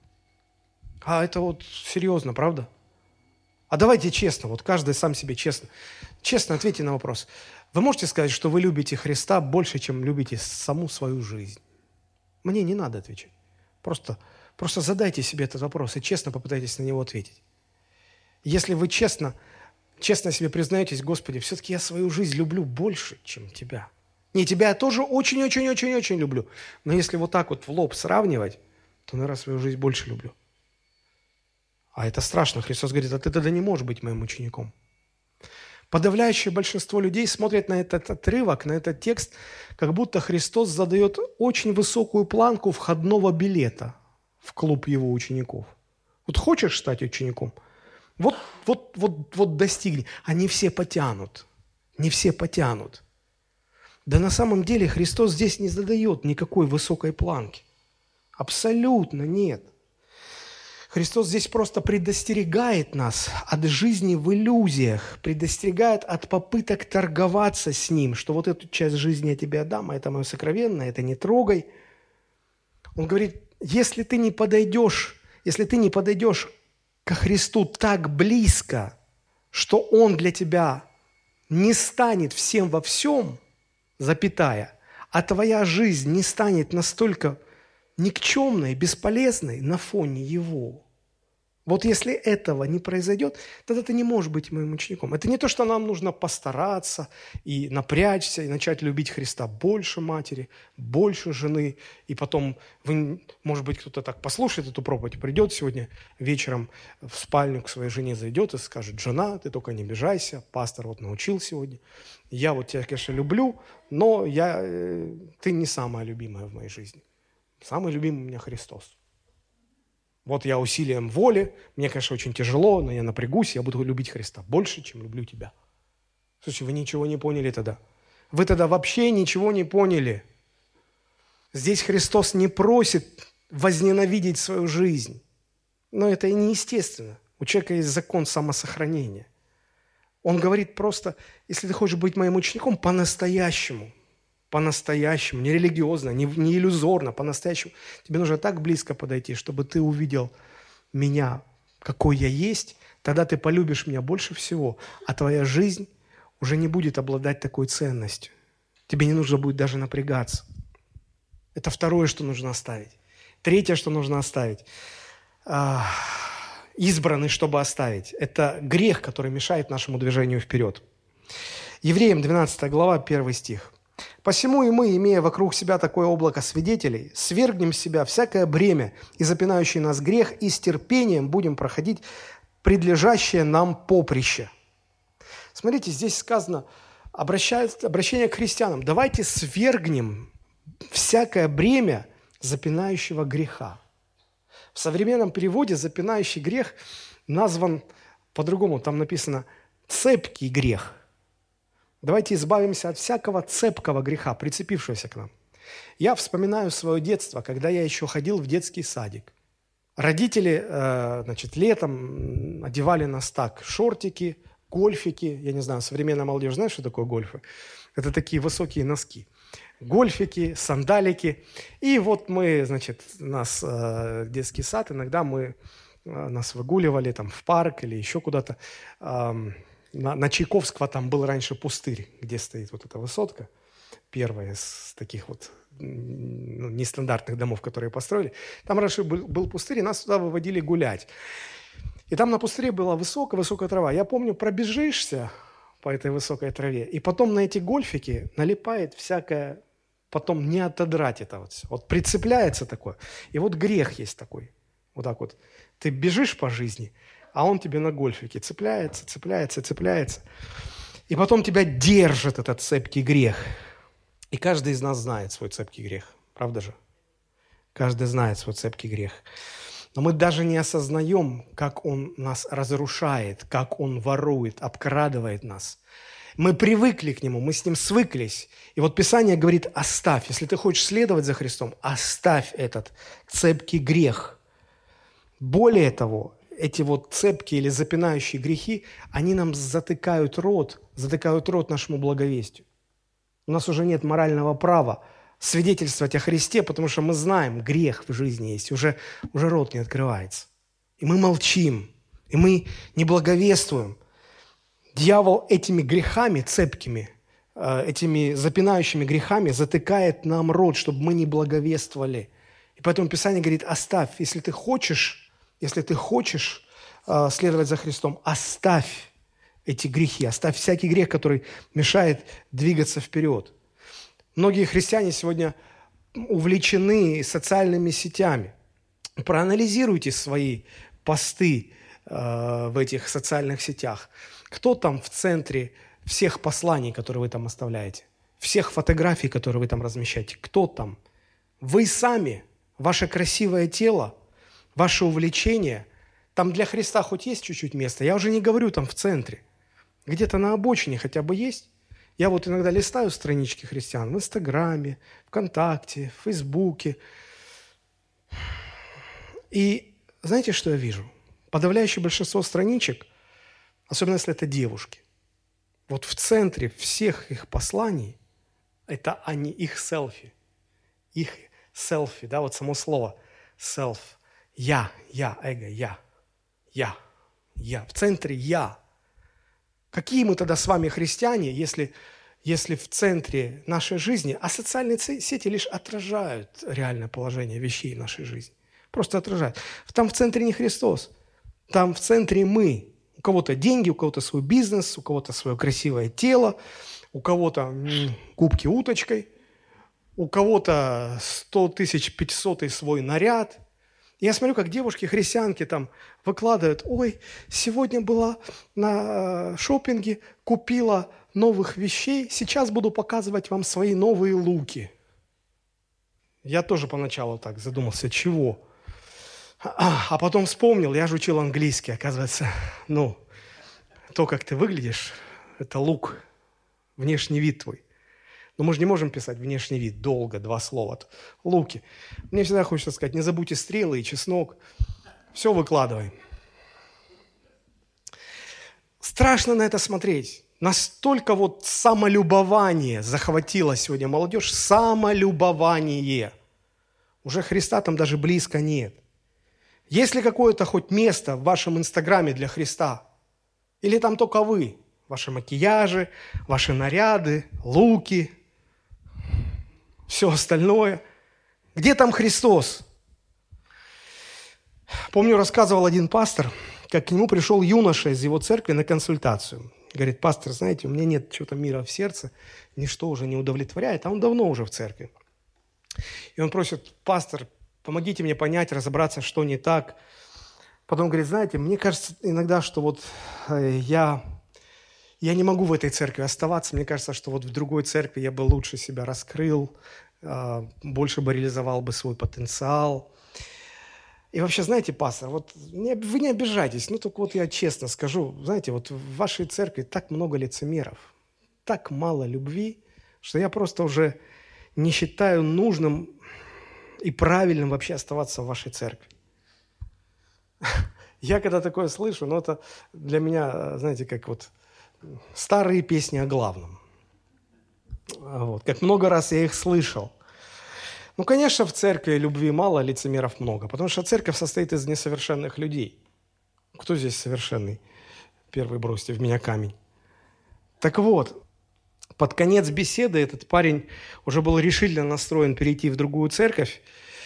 А это вот серьезно, правда? А давайте честно, вот каждый сам себе честно ответьте на вопрос. Вы можете сказать, что вы любите Христа больше, чем любите саму свою жизнь? Мне не надо отвечать. Просто задайте себе этот вопрос и честно попытайтесь на него ответить. Если вы честно себе признаетесь: Господи, все-таки я свою жизнь люблю больше, чем Тебя. Не, Тебя я тоже очень-очень-очень-очень люблю. Но если вот так вот в лоб сравнивать, то, наверное, свою жизнь больше люблю. А это страшно. Христос говорит: а ты тогда не можешь быть моим учеником. Подавляющее большинство людей смотрят на этот отрывок, на этот текст, как будто Христос задает очень высокую планку входного билета в клуб его учеников. Вот хочешь стать учеником? Вот достигни. А не все потянут. Не все потянут. Да на самом деле Христос здесь не задает никакой высокой планки. Абсолютно нет. Христос здесь просто предостерегает нас от жизни в иллюзиях, предостерегает от попыток торговаться с Ним, что вот эту часть жизни я тебе отдам, а это мое сокровенное, это не трогай. Он говорит: если ты не подойдешь ко Христу так близко, что Он для тебя не станет всем во всем, запятая, а твоя жизнь не станет настолько никчемной, бесполезной на фоне Его. Вот если этого не произойдет, тогда ты не можешь быть моим учеником. Это не то, что нам нужно постараться и напрячься, и начать любить Христа больше матери, больше жены. И потом, может быть, кто-то так послушает эту проповедь, придет сегодня вечером в спальню к своей жене, зайдет и скажет: жена, ты только не обижайся, пастор вот научил сегодня. Я вот тебя, конечно, люблю, но ты не самая любимая в моей жизни. Самый любимый у меня Христос. Вот я усилием воли, мне, конечно, очень тяжело, но я напрягусь, я буду любить Христа больше, чем люблю тебя. Слушайте, вы ничего не поняли тогда. Вы тогда вообще ничего не поняли. Здесь Христос не просит возненавидеть свою жизнь. Но это и неестественно. У человека есть закон самосохранения. Он говорит просто, если ты хочешь быть моим учеником, по-настоящему, не религиозно, не иллюзорно, по-настоящему, тебе нужно так близко подойти, чтобы ты увидел меня, какой я есть, тогда ты полюбишь меня больше всего, а твоя жизнь уже не будет обладать такой ценностью. Тебе не нужно будет даже напрягаться. Это второе, что нужно оставить. Третье, что нужно оставить. Избранный, чтобы оставить. Это грех, который мешает нашему движению вперед. Евреям 12 глава, 1 стих. «Посему и мы, имея вокруг себя такое облако свидетелей, свергнем с себя всякое бремя и запинающий нас грех, и с терпением будем проходить предлежащее нам поприще». Смотрите, здесь сказано, обращение к христианам. Давайте свергнем всякое бремя запинающего греха. В современном переводе запинающий грех назван по-другому. Там написано «цепкий грех». Давайте избавимся от всякого цепкого греха, прицепившегося к нам. Я вспоминаю свое детство, когда я еще ходил в детский садик. Родители, летом одевали нас так, шортики, гольфики. Я не знаю, современная молодежь знает, что такое гольфы? Это такие высокие носки. Гольфики, сандалики. И вот мы, нас детский сад, иногда нас выгуливали там в парк или еще куда-то. На Чайковского там был раньше пустырь, где стоит вот эта высотка, первая из таких вот нестандартных домов, которые построили. Там раньше был пустырь, и нас туда выводили гулять. И там на пустыре была высокая-высокая трава. Я помню, пробежишься по этой высокой траве, и потом на эти гольфики налипает всякое, потом не отодрать это вот все. Вот прицепляется такое. И вот грех есть такой. Вот так вот. Ты бежишь по жизни, а он тебе на гольфике цепляется. И потом тебя держит этот цепкий грех. И каждый из нас знает свой цепкий грех. Правда же? Каждый знает свой цепкий грех. Но мы даже не осознаем, как он нас разрушает, как он ворует, обкрадывает нас. Мы привыкли к нему, мы с ним свыклись. И вот Писание говорит, оставь. Если ты хочешь следовать за Христом, оставь этот цепкий грех. Более того, эти вот цепкие или запинающие грехи, они нам затыкают рот нашему благовестию. У нас уже нет морального права свидетельствовать о Христе, потому что мы знаем, грех в жизни есть, уже рот не открывается. И мы молчим, и мы не благовествуем. Дьявол этими грехами цепкими, этими запинающими грехами затыкает нам рот, чтобы мы не благовествовали. И поэтому Писание говорит, оставь, если ты хочешь следовать за Христом, оставь эти грехи, оставь всякий грех, который мешает двигаться вперед. Многие христиане сегодня увлечены социальными сетями. Проанализируйте свои посты в этих социальных сетях. Кто там в центре всех посланий, которые вы там оставляете? Всех фотографий, которые вы там размещаете? Кто там? Вы сами, ваше красивое тело, ваше увлечение. Там для Христа хоть есть чуть-чуть места? Я уже не говорю там в центре. Где-то на обочине хотя бы есть? Я вот иногда листаю странички христиан в Инстаграме, ВКонтакте, в Фейсбуке. И знаете, что я вижу? Подавляющее большинство страничек, особенно если это девушки, вот в центре всех их посланий это они, их селфи. Их селфи, да, вот само слово self. Я, эго, я. В центре я. Какие мы тогда с вами христиане, если в центре нашей жизни, а социальные сети лишь отражают реальное положение вещей в нашей жизни. Просто отражают. Там в центре не Христос, там в центре мы. У кого-то деньги, у кого-то свой бизнес, у кого-то свое красивое тело, у кого-то губки уточкой, у кого-то 100 500 свой наряд. Я смотрю, как девушки-христианки там выкладывают, ой, сегодня была на шопинге, купила новых вещей, сейчас буду показывать вам свои новые луки. Я тоже поначалу так задумался, чего? А потом вспомнил, я же учил английский, оказывается. То, как ты выглядишь, это лук, внешний вид твой. Но мы же не можем писать внешний вид долго, 2 слова. Луки. Мне всегда хочется сказать, не забудьте стрелы и чеснок. Все выкладывай. Страшно на это смотреть. Настолько самолюбование захватило сегодня молодежь. Самолюбование. Уже Христа там даже близко нет. Есть ли какое-то хоть место в вашем Инстаграме для Христа? Или там только вы? Ваши макияжи, ваши наряды, луки, все остальное. Где там Христос? Помню, рассказывал один пастор, как к нему пришел юноша из его церкви на консультацию. Говорит, пастор, знаете, у меня нет чего-то мира в сердце, ничто уже не удовлетворяет, а он давно уже в церкви. И он просит, пастор, помогите мне понять, разобраться, что не так. Потом говорит, знаете, мне кажется иногда, что я не могу в этой церкви оставаться. Мне кажется, что в другой церкви я бы лучше себя раскрыл, больше бы реализовал бы свой потенциал. И вообще, знаете, пастор, вы не обижайтесь, только я честно скажу, знаете, в вашей церкви так много лицемеров, так мало любви, что я просто уже не считаю нужным и правильным вообще оставаться в вашей церкви. Я когда такое слышу, это для меня, знаете, как старые песни о главном. Как много раз я их слышал. Конечно, в церкви любви мало, лицемеров много, потому что церковь состоит из несовершенных людей. Кто здесь совершенный? Первый бросьте в меня камень. Так вот, под конец беседы этот парень уже был решительно настроен перейти в другую церковь,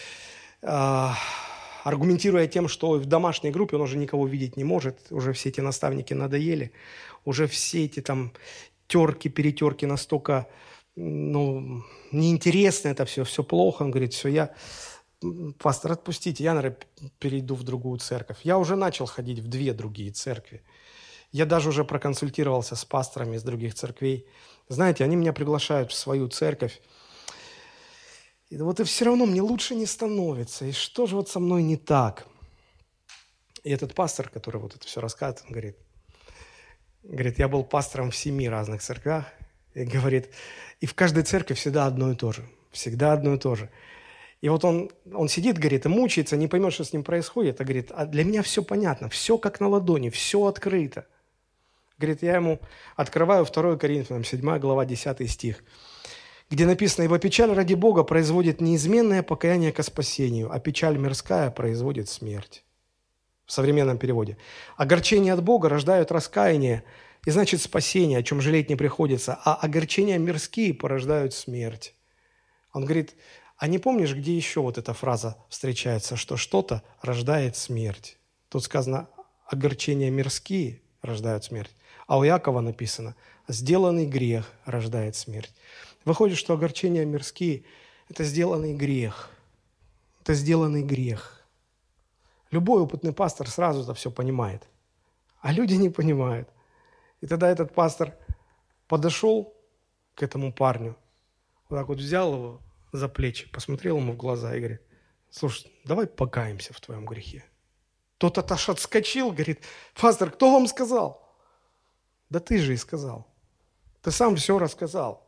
аргументируя тем, что в домашней группе он уже никого видеть не может, уже все эти наставники надоели, уже все эти терки-перетерки настолько, неинтересно это все плохо. Он говорит, пастор, отпустите, я, наверное, перейду в другую церковь. Я уже начал ходить в 2 другие церкви. Я даже уже проконсультировался с пасторами из других церквей. Знаете, они меня приглашают в свою церковь. И все равно мне лучше не становится. И что же со мной не так? И этот пастор, который это все рассказывает, он говорит, я был пастором в 7 разных церквях. И говорит, и в каждой церкви всегда одно и то же. Всегда одно и то же. И он сидит, говорит, и мучается, не поймет, что с ним происходит. А говорит, а для меня все понятно, все как на ладони, все открыто. Говорит, я ему открываю 2 Коринфянам, 7 глава, 10 стих, где написано, «Ибо печаль ради Бога производит неизменное покаяние ко спасению, а печаль мирская производит смерть». В современном переводе. «Огорчение от Бога рождают раскаяние, и значит спасение, о чем жалеть не приходится, а огорчения мирские порождают смерть». Он говорит, а не помнишь, где еще эта фраза встречается, что что-то рождает смерть? Тут сказано, огорчения мирские рождают смерть, а у Иакова написано, сделанный грех рождает смерть. Выходит, что огорчения мирские – это сделанный грех. Это сделанный грех. Любой опытный пастор сразу это все понимает, а люди не понимают. И тогда этот пастор подошел к этому парню, взял его за плечи, посмотрел ему в глаза и говорит, слушай, давай покаемся в твоем грехе. Тот аж отскочил, говорит, пастор, кто вам сказал? Да ты же и сказал. Ты сам все рассказал.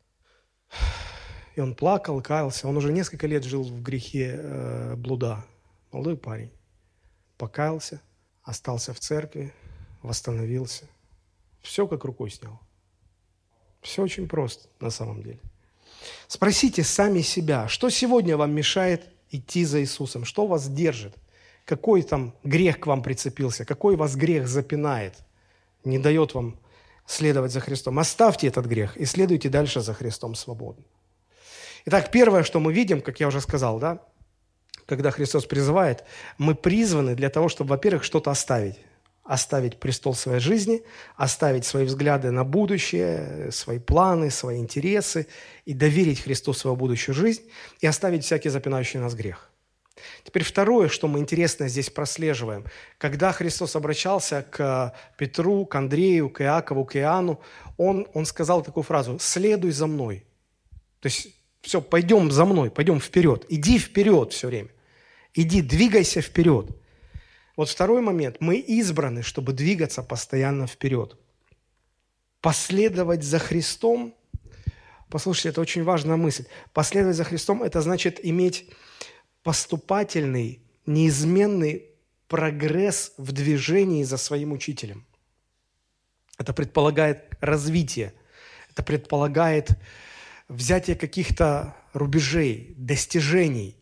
И он плакал, каялся. Он уже несколько лет жил в грехе блуда. Молодой парень. Покаялся, остался в церкви, восстановился. Все как рукой снял. Все очень просто на самом деле. Спросите сами себя, что сегодня вам мешает идти за Иисусом? Что вас держит? Какой грех к вам прицепился? Какой вас грех запинает? Не дает вам следовать за Христом. Оставьте этот грех и следуйте дальше за Христом свободно. Итак, первое, что мы видим, как я уже сказал, когда Христос призывает, мы призваны для того, чтобы, во-первых, что-то оставить. Оставить престол своей жизни, оставить свои взгляды на будущее, свои планы, свои интересы и доверить Христу свою будущую жизнь и оставить всякий запинающий нас грех. Теперь второе, что мы интересно здесь прослеживаем. Когда Христос обращался к Петру, к Андрею, к Иакову, к Иоанну, он сказал такую фразу «следуй за мной». То есть Все, пойдем за мной, пойдем вперед. Иди вперед все время. Иди, двигайся вперед. Вот второй момент. Мы избраны, чтобы двигаться постоянно вперед. Последовать за Христом. Послушайте, это очень важная мысль. Последовать за Христом – это значит иметь поступательный, неизменный прогресс в движении за своим учителем. Это предполагает развитие. Это предполагает взятие каких-то рубежей, достижений.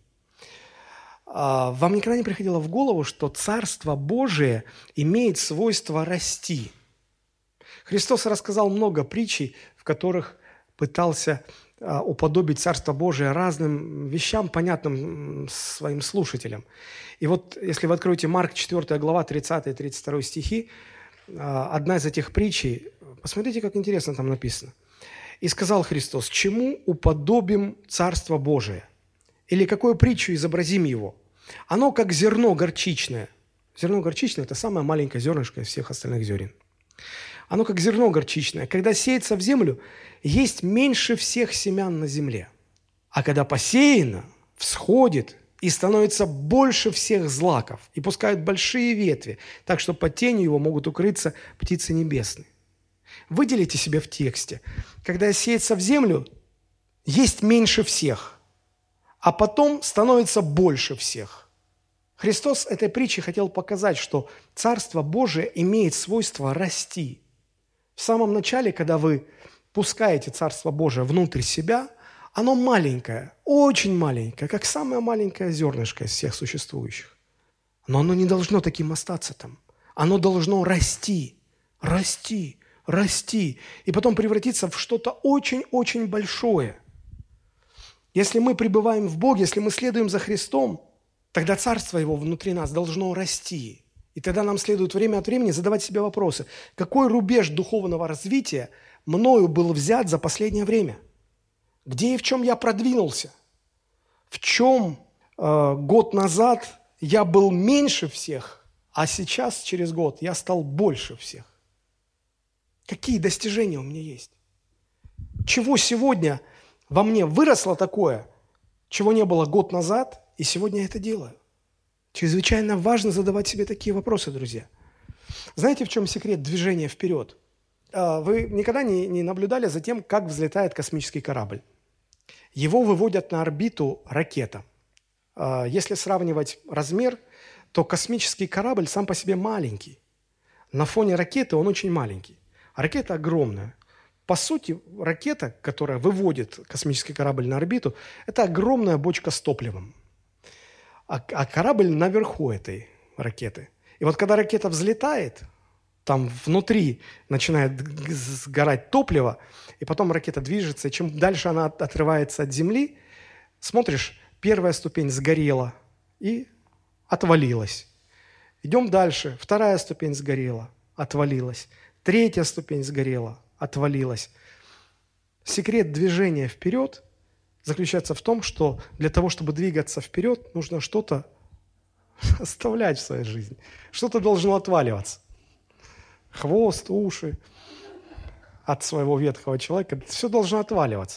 Вам никогда не приходило в голову, что Царство Божие имеет свойство расти? Христос рассказал много притчей, в которых пытался уподобить Царство Божие разным вещам, понятным своим слушателям. И вот, если вы откроете Марк 4 глава, 30 и 32 стихи, одна из этих притчей, посмотрите, как интересно там написано. «И сказал Христос, чему уподобим Царство Божие? Или какую притчу изобразим его? Оно как зерно горчичное». Зерно горчичное – это самое маленькое зернышко из всех остальных зерен. Оно как зерно горчичное. Когда сеется в землю, есть меньше всех семян на земле. А когда посеяно, всходит и становится больше всех злаков, и пускают большие ветви, так что под тенью его могут укрыться птицы небесные. Выделите себе в тексте. Когда сеется в землю, есть меньше всех, а потом становится больше всех. Христос этой притчей хотел показать, что Царство Божие имеет свойство расти. В самом начале, когда вы пускаете Царство Божие внутрь себя, оно маленькое, очень маленькое, как самое маленькое зернышко из всех существующих. Но оно не должно таким остаться там. Оно должно расти, расти, расти, и потом превратиться в что-то очень-очень большое. Если мы пребываем в Боге, если мы следуем за Христом, тогда Царство Его внутри нас должно расти. И тогда нам следует время от времени задавать себе вопросы. Какой рубеж духовного развития мною был взят за последнее время? Где и в чем я продвинулся? В чем год назад я был меньше всех, а сейчас, через год, я стал больше всех? Какие достижения у меня есть? Чего сегодня во мне выросло такое, чего не было год назад, и сегодня я это делаю? Чрезвычайно важно задавать себе такие вопросы, друзья. Знаете, в чем секрет движения вперед? Вы никогда не наблюдали за тем, как взлетает космический корабль? Его выводят на орбиту ракета. Если сравнивать размер, то космический корабль сам по себе маленький. На фоне ракеты он очень маленький. А ракета огромная. По сути, ракета, которая выводит космический корабль на орбиту, это огромная бочка с топливом. А корабль наверху этой ракеты. И вот когда ракета взлетает, там внутри начинает сгорать топливо, и потом ракета движется, и чем дальше она отрывается от земли, смотришь, первая ступень сгорела и отвалилась. Идем дальше, вторая ступень сгорела, отвалилась. Третья ступень сгорела, отвалилась. Секрет движения вперед заключается в том, что для того, чтобы двигаться вперед, нужно что-то оставлять в своей жизни. Что-то должно отваливаться. Хвост, уши от своего ветхого человека. Все должно отваливаться.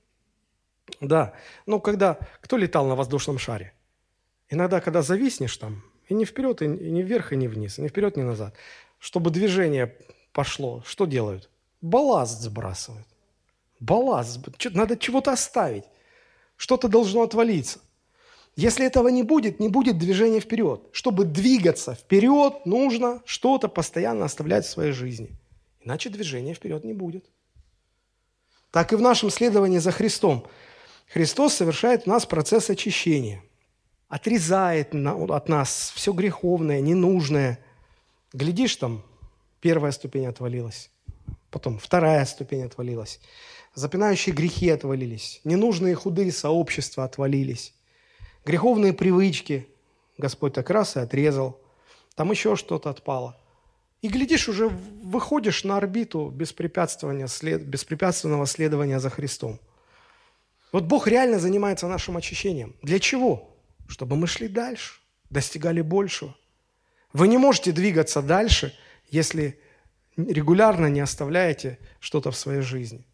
Да, когда кто летал на воздушном шаре? Иногда, когда зависнешь там, и не вперед, и не вверх, и не вниз, и не вперед, ни назад, чтобы движение пошло, что делают? Балласт сбрасывают. Балласт. Надо чего-то оставить. Что-то должно отвалиться. Если этого не будет движения вперед. Чтобы двигаться вперед, нужно что-то постоянно оставлять в своей жизни. Иначе движения вперед не будет. Так и в нашем следовании за Христом. Христос совершает в нас процесс очищения. Отрезает от нас все греховное, ненужное. Глядишь, там первая ступень отвалилась. Потом вторая ступень отвалилась. Запинающие грехи отвалились. Ненужные худые сообщества отвалились. Греховные привычки Господь так раз и отрезал. Там еще что-то отпало. И глядишь, уже выходишь на орбиту беспрепятственного следования за Христом. Вот Бог реально занимается нашим очищением. Для чего? Чтобы мы шли дальше, достигали большего. Вы не можете двигаться дальше, если регулярно не оставляете что-то в своей жизни.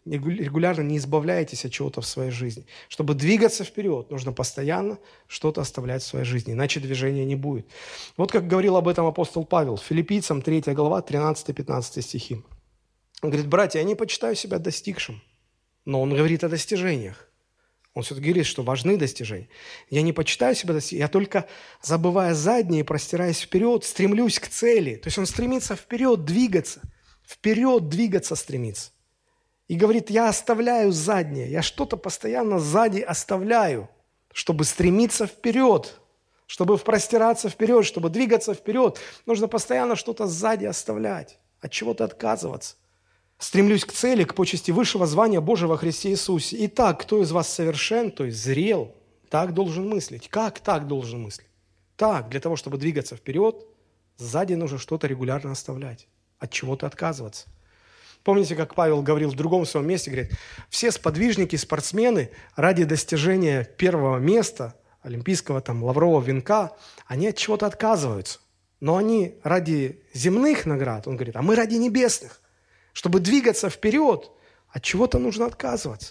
регулярно не избавляетесь от чего-то в своей жизни. Чтобы двигаться вперед, нужно постоянно что-то оставлять в своей жизни, иначе движения не будет. Вот как говорил об этом апостол Павел, Филиппийцам 3 глава, 13-15 стихи. Он говорит: братья, я не почитаю себя достигшим, но он говорит о достижениях. Он все-таки говорит, что важны достижения. Я не почитаю себя достигшим, я только, забывая заднее, простираясь вперед, стремлюсь к цели. То есть он стремится вперед двигаться стремится. И говорит: я оставляю заднее, я что-то постоянно сзади оставляю, чтобы стремиться вперед, чтобы простираться вперед, чтобы двигаться вперед. Нужно постоянно что-то сзади оставлять, от чего-то отказываться. Стремлюсь к цели, к почести высшего звания Божьего во Христе Иисусе. Итак, кто из вас совершен, то есть зрел, так должен мыслить. Как так должен мыслить? Так, для того, чтобы двигаться вперед, сзади нужно что-то регулярно оставлять, от чего-то отказываться. Помните, как Павел говорил в другом своем месте, говорит: все сподвижники, спортсмены ради достижения первого места, олимпийского лаврового венка, они от чего-то отказываются. Но они ради земных наград, он говорит, а мы ради небесных. Чтобы двигаться вперед, от чего-то нужно отказываться.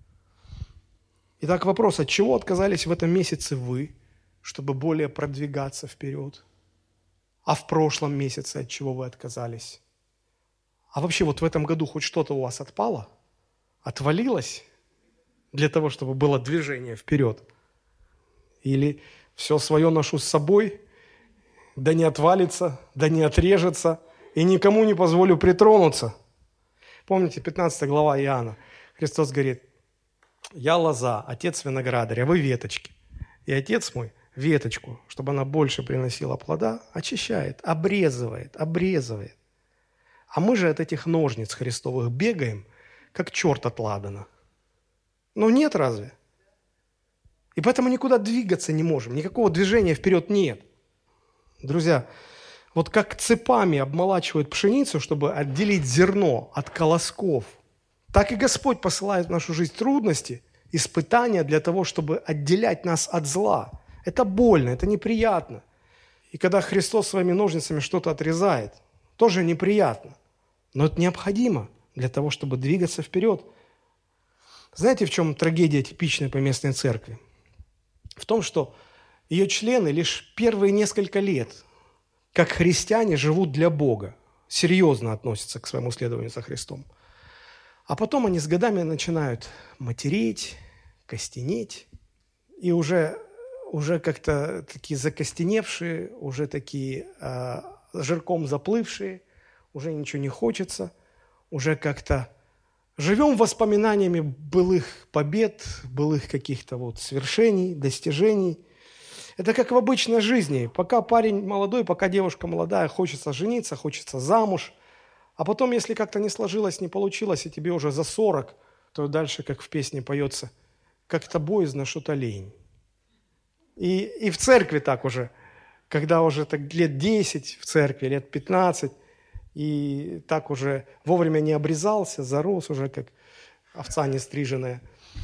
Итак, вопрос: от чего отказались в этом месяце вы, чтобы более продвигаться вперед? А в прошлом месяце от чего вы отказались? А вообще вот в этом году хоть что-то у вас отпало? Отвалилось? Для того, чтобы было движение вперед? Или все свое ношу с собой, да не отвалится, да не отрежется, и никому не позволю притронуться? Помните, 15 глава Иоанна. Христос говорит: я лоза, отец виноградарь, а вы веточки. И отец мой веточку, чтобы она больше приносила плода, очищает, обрезывает. А мы же от этих ножниц Христовых бегаем, как черт от ладана. Ну нет разве? И поэтому никуда двигаться не можем, никакого движения вперед нет. Друзья, вот как цепами обмолачивают пшеницу, чтобы отделить зерно от колосков, так и Господь посылает в нашу жизнь трудности, испытания для того, чтобы отделять нас от зла. Это больно, это неприятно. И когда Христос своими ножницами что-то отрезает, тоже неприятно. Но это необходимо для того, чтобы двигаться вперед. Знаете, в чем трагедия типичная поместной церкви? В том, что ее члены лишь первые несколько лет, как христиане, живут для Бога, серьезно относятся к своему следованию за Христом. А потом они с годами начинают матереть, костенеть, и уже как-то такие закостеневшие, уже такие жирком заплывшие, уже ничего не хочется, уже как-то живем воспоминаниями былых побед, былых каких-то свершений, достижений. Это как в обычной жизни. Пока парень молодой, пока девушка молодая, хочется жениться, хочется замуж. А потом, если как-то не сложилось, не получилось, и тебе уже за 40, то дальше, как в песне поется, как-то боязно, что-то лень. И в церкви так уже, когда уже так лет 10 в церкви, лет 15, и так уже вовремя не обрезался, зарос уже, как овца нестриженная.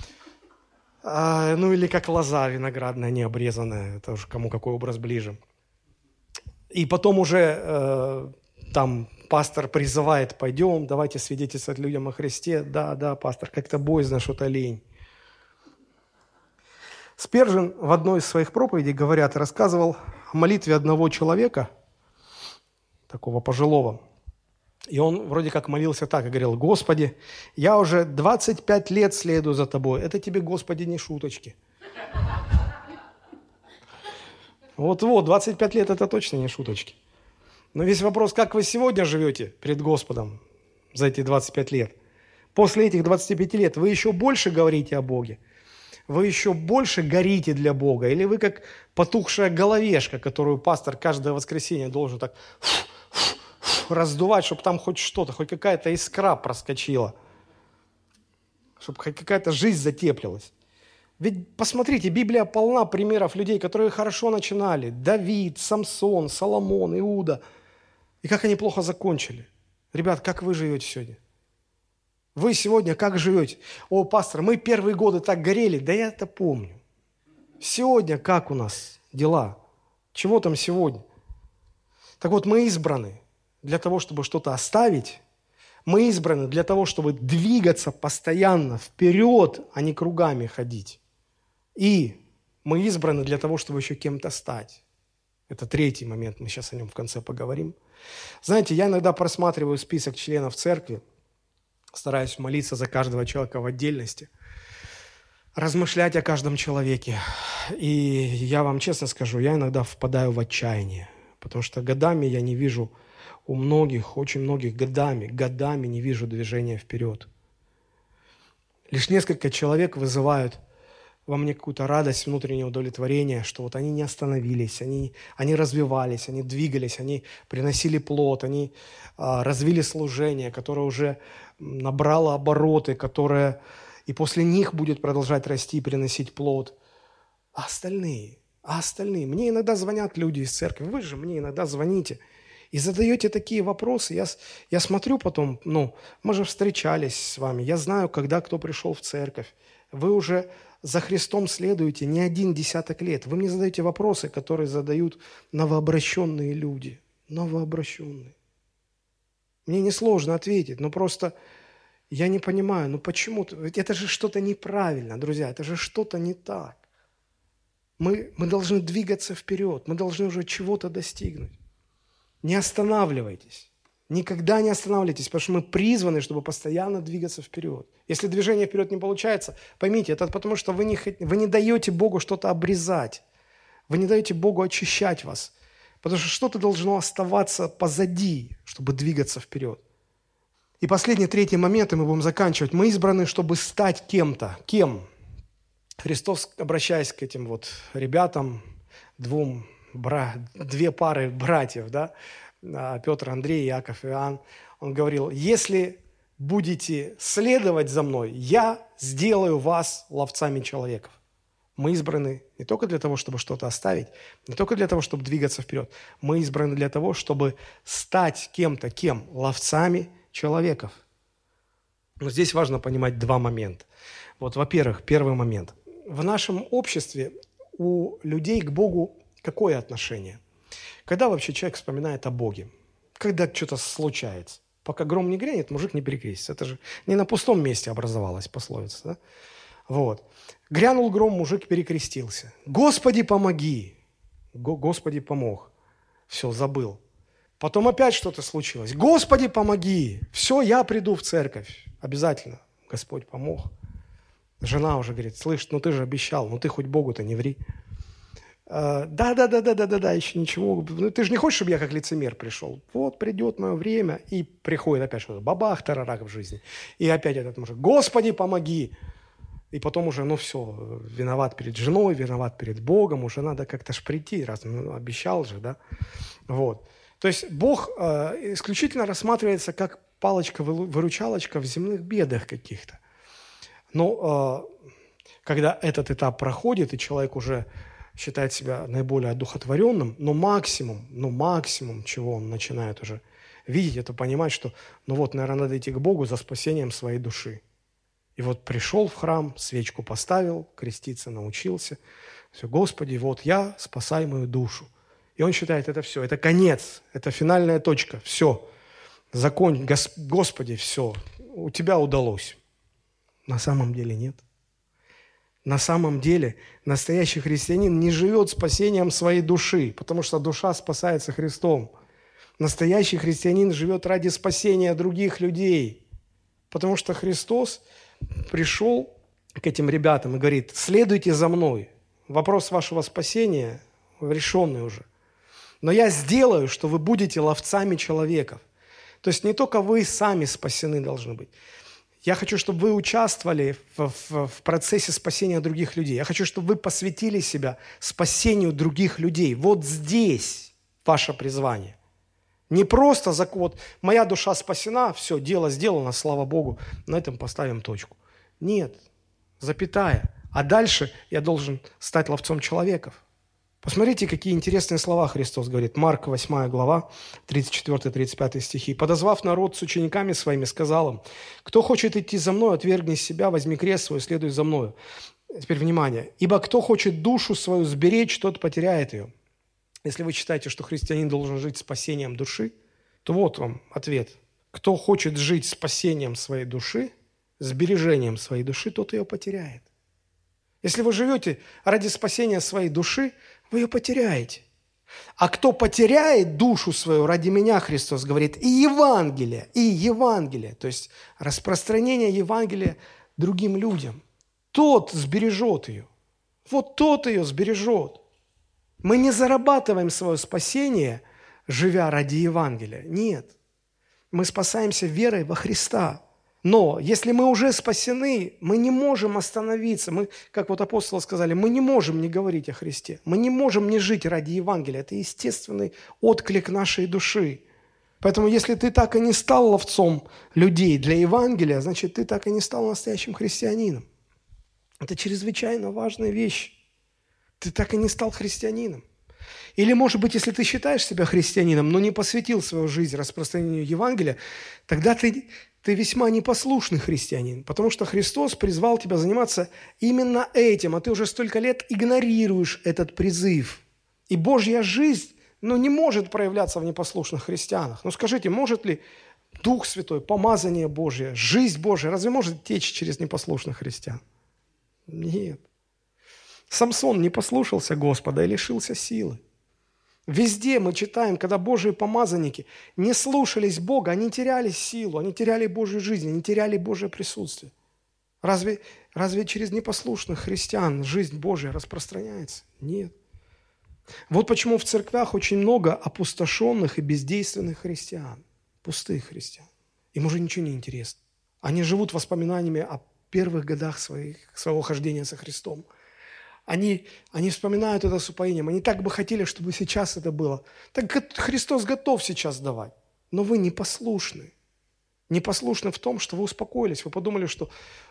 Или как лоза виноградная необрезанная, это уже кому какой образ ближе. И потом уже там пастор призывает: пойдем, давайте свидетельствовать людям о Христе. Да, пастор, как-то боязно, что-то лень. Спержен в одной из своих проповедей, рассказывал о молитве одного человека, такого пожилого. И он вроде как молился так и говорил: Господи, я уже 25 лет следую за Тобой. Это тебе, Господи, не шуточки. Вот, 25 лет это точно не шуточки. Но весь вопрос, как вы сегодня живете перед Господом за эти 25 лет? После этих 25 лет вы еще больше говорите о Боге? Вы еще больше горите для Бога? Или вы как потухшая головешка, которую пастор каждое воскресенье должен так раздувать, чтобы там хоть что-то, хоть какая-то искра проскочила, чтобы хоть какая-то жизнь затеплилась? Ведь посмотрите, Библия полна примеров людей, которые хорошо начинали. Давид, Самсон, Соломон, Иуда. И как они плохо закончили. Ребят, как вы живете сегодня? Вы сегодня как живете? О, пастор, мы первые годы так горели. Да я это помню. Сегодня как у нас дела? Чего там сегодня? Так вот, мы избраны для того, чтобы что-то оставить. Мы избраны для того, чтобы двигаться постоянно вперед, а не кругами ходить. И мы избраны для того, чтобы еще кем-то стать. Это третий момент, мы сейчас о нем в конце поговорим. Знаете, я иногда просматриваю список членов церкви, стараюсь молиться за каждого человека в отдельности, размышлять о каждом человеке. И я вам честно скажу, я иногда впадаю в отчаяние, потому что годами я не вижу у многих, очень многих годами не вижу движения вперед. Лишь несколько человек вызывают во мне какую-то радость, внутреннее удовлетворение, что вот они не остановились, они развивались, они двигались, они приносили плод, они развили служение, которое уже набрало обороты, которое и после них будет продолжать расти и приносить плод. А остальные? Мне иногда звонят люди из церкви, вы же мне иногда звоните и задаете такие вопросы. Я смотрю потом, мы же встречались с вами, я знаю, когда кто пришел в церковь. Вы уже за Христом следуете не 10 лет. Вы мне задаете вопросы, которые задают новообращенные люди. Новообращенные. Мне несложно ответить, но просто я не понимаю, почему? Ведь это же что-то неправильно, друзья, это же что-то не так. Мы должны двигаться вперед, мы должны уже чего-то достигнуть. Не останавливайтесь. Никогда не останавливайтесь, потому что мы призваны, чтобы постоянно двигаться вперед. Если движение вперед не получается, поймите, это потому что вы не даете Богу что-то обрезать. Вы не даете Богу очищать вас. Потому что что-то должно оставаться позади, чтобы двигаться вперед. И последний, третий момент, и мы будем заканчивать. Мы избраны, чтобы стать кем-то. Кем? Христос, обращаясь к этим вот ребятам, две пары братьев, да, Петр, Андрей, Иаков, Иоанн, он говорил: если будете следовать за мной, я сделаю вас ловцами человеков. Мы избраны не только для того, чтобы что-то оставить, не только для того, чтобы двигаться вперед. Мы избраны для того, чтобы стать кем-то, кем? Ловцами человеков. Но здесь важно понимать два момента. Вот, во-первых, первый момент. В нашем обществе у людей к Богу какое отношение? Когда вообще человек вспоминает о Боге? Когда что-то случается. Пока гром не грянет, мужик не перекрестится. Это же не на пустом месте образовалась пословица. Да? Вот. Грянул гром, мужик перекрестился. Господи, помоги. Господи, помог. Все, забыл. Потом опять что-то случилось. Господи, помоги. Все, я приду в церковь. Обязательно. Господь помог. Жена уже говорит: слышь, ты же обещал, ты хоть Богу-то не ври. Да, еще ничего. Ты же не хочешь, чтобы я как лицемер пришел? Вот придет мое время, и приходит опять что-то, бабах, тарарах в жизни. И опять этот мужик: Господи, помоги. И потом уже, все, виноват перед женой, виноват перед Богом, уже надо как-то ж прийти, раз обещал же, да. Вот. То есть Бог исключительно рассматривается как палочка-выручалочка в земных бедах каких-то. Но когда этот этап проходит, и человек уже считает себя наиболее одухотворенным, но максимум, чего он начинает уже видеть, это понимать, что, наверное, надо идти к Богу за спасением своей души. И вот пришел в храм, свечку поставил, креститься научился. Все, Господи, вот я спасаю мою душу. И он считает, это все, это конец, это финальная точка, все. Господи, все, у тебя удалось. На самом деле нет. На самом деле настоящий христианин не живет спасением своей души, потому что душа спасается Христом. Настоящий христианин живет ради спасения других людей, потому что Христос пришел к этим ребятам и говорит: следуйте за мной. Вопрос вашего спасения решенный уже. Но я сделаю, что вы будете ловцами человеков. То есть не только вы сами спасены должны быть. Я хочу, чтобы вы участвовали в процессе спасения других людей. Я хочу, чтобы вы посвятили себя спасению других людей. Вот здесь ваше призвание. Не просто вот моя душа спасена, все, дело сделано, слава Богу, на этом поставим точку. Нет, запятая. А дальше я должен стать ловцом человеков. Посмотрите, какие интересные слова Христос говорит. Марк, 8 глава, 34-35 стихи. «Подозвав народ с учениками своими, сказал им: кто хочет идти за мной, отвергни себя, возьми крест свой, следуй за мною». Теперь внимание. «Ибо кто хочет душу свою сберечь, тот потеряет ее». Если вы считаете, что христианин должен жить спасением души, то вот вам ответ. Кто хочет жить спасением своей души, сбережением своей души, тот ее потеряет. Если вы живете ради спасения своей души, вы ее потеряете. А кто потеряет душу свою ради меня, Христос говорит, и Евангелие, то есть распространение Евангелия другим людям, тот сбережет ее. Вот тот ее сбережет. Мы не зарабатываем свое спасение, живя ради Евангелия. Нет. Мы спасаемся верой во Христа. Но если мы уже спасены, мы не можем остановиться. Мы, как вот апостолы сказали, мы не можем не говорить о Христе. Мы не можем не жить ради Евангелия. Это естественный отклик нашей души. Поэтому если ты так и не стал ловцом людей для Евангелия, значит, ты так и не стал настоящим христианином. Это чрезвычайно важная вещь. Ты так и не стал христианином. Или, может быть, если ты считаешь себя христианином, но не посвятил свою жизнь распространению Евангелия, тогда ты весьма непослушный христианин, потому что Христос призвал тебя заниматься именно этим, а ты уже столько лет игнорируешь этот призыв. И Божья жизнь, не может проявляться в непослушных христианах. Скажите, может ли Дух Святой, помазание Божье, жизнь Божья, разве может течь через непослушных христиан? Нет. Самсон не послушался Господа и лишился силы. Везде мы читаем, когда Божьи помазанники не слушались Бога, они теряли силу, они теряли Божью жизнь, они теряли Божье присутствие. Разве через непослушных христиан жизнь Божья распространяется? Нет. Вот почему в церквях очень много опустошенных и бездейственных христиан, пустых христиан. Им уже ничего не интересно. Они живут воспоминаниями о первых годах своего хождения со Христом. Они вспоминают это с упоением. Они так бы хотели, чтобы сейчас это было. Так Христос готов сейчас давать. Но вы непослушны. Непослушны в том, что вы успокоились. Вы подумали, что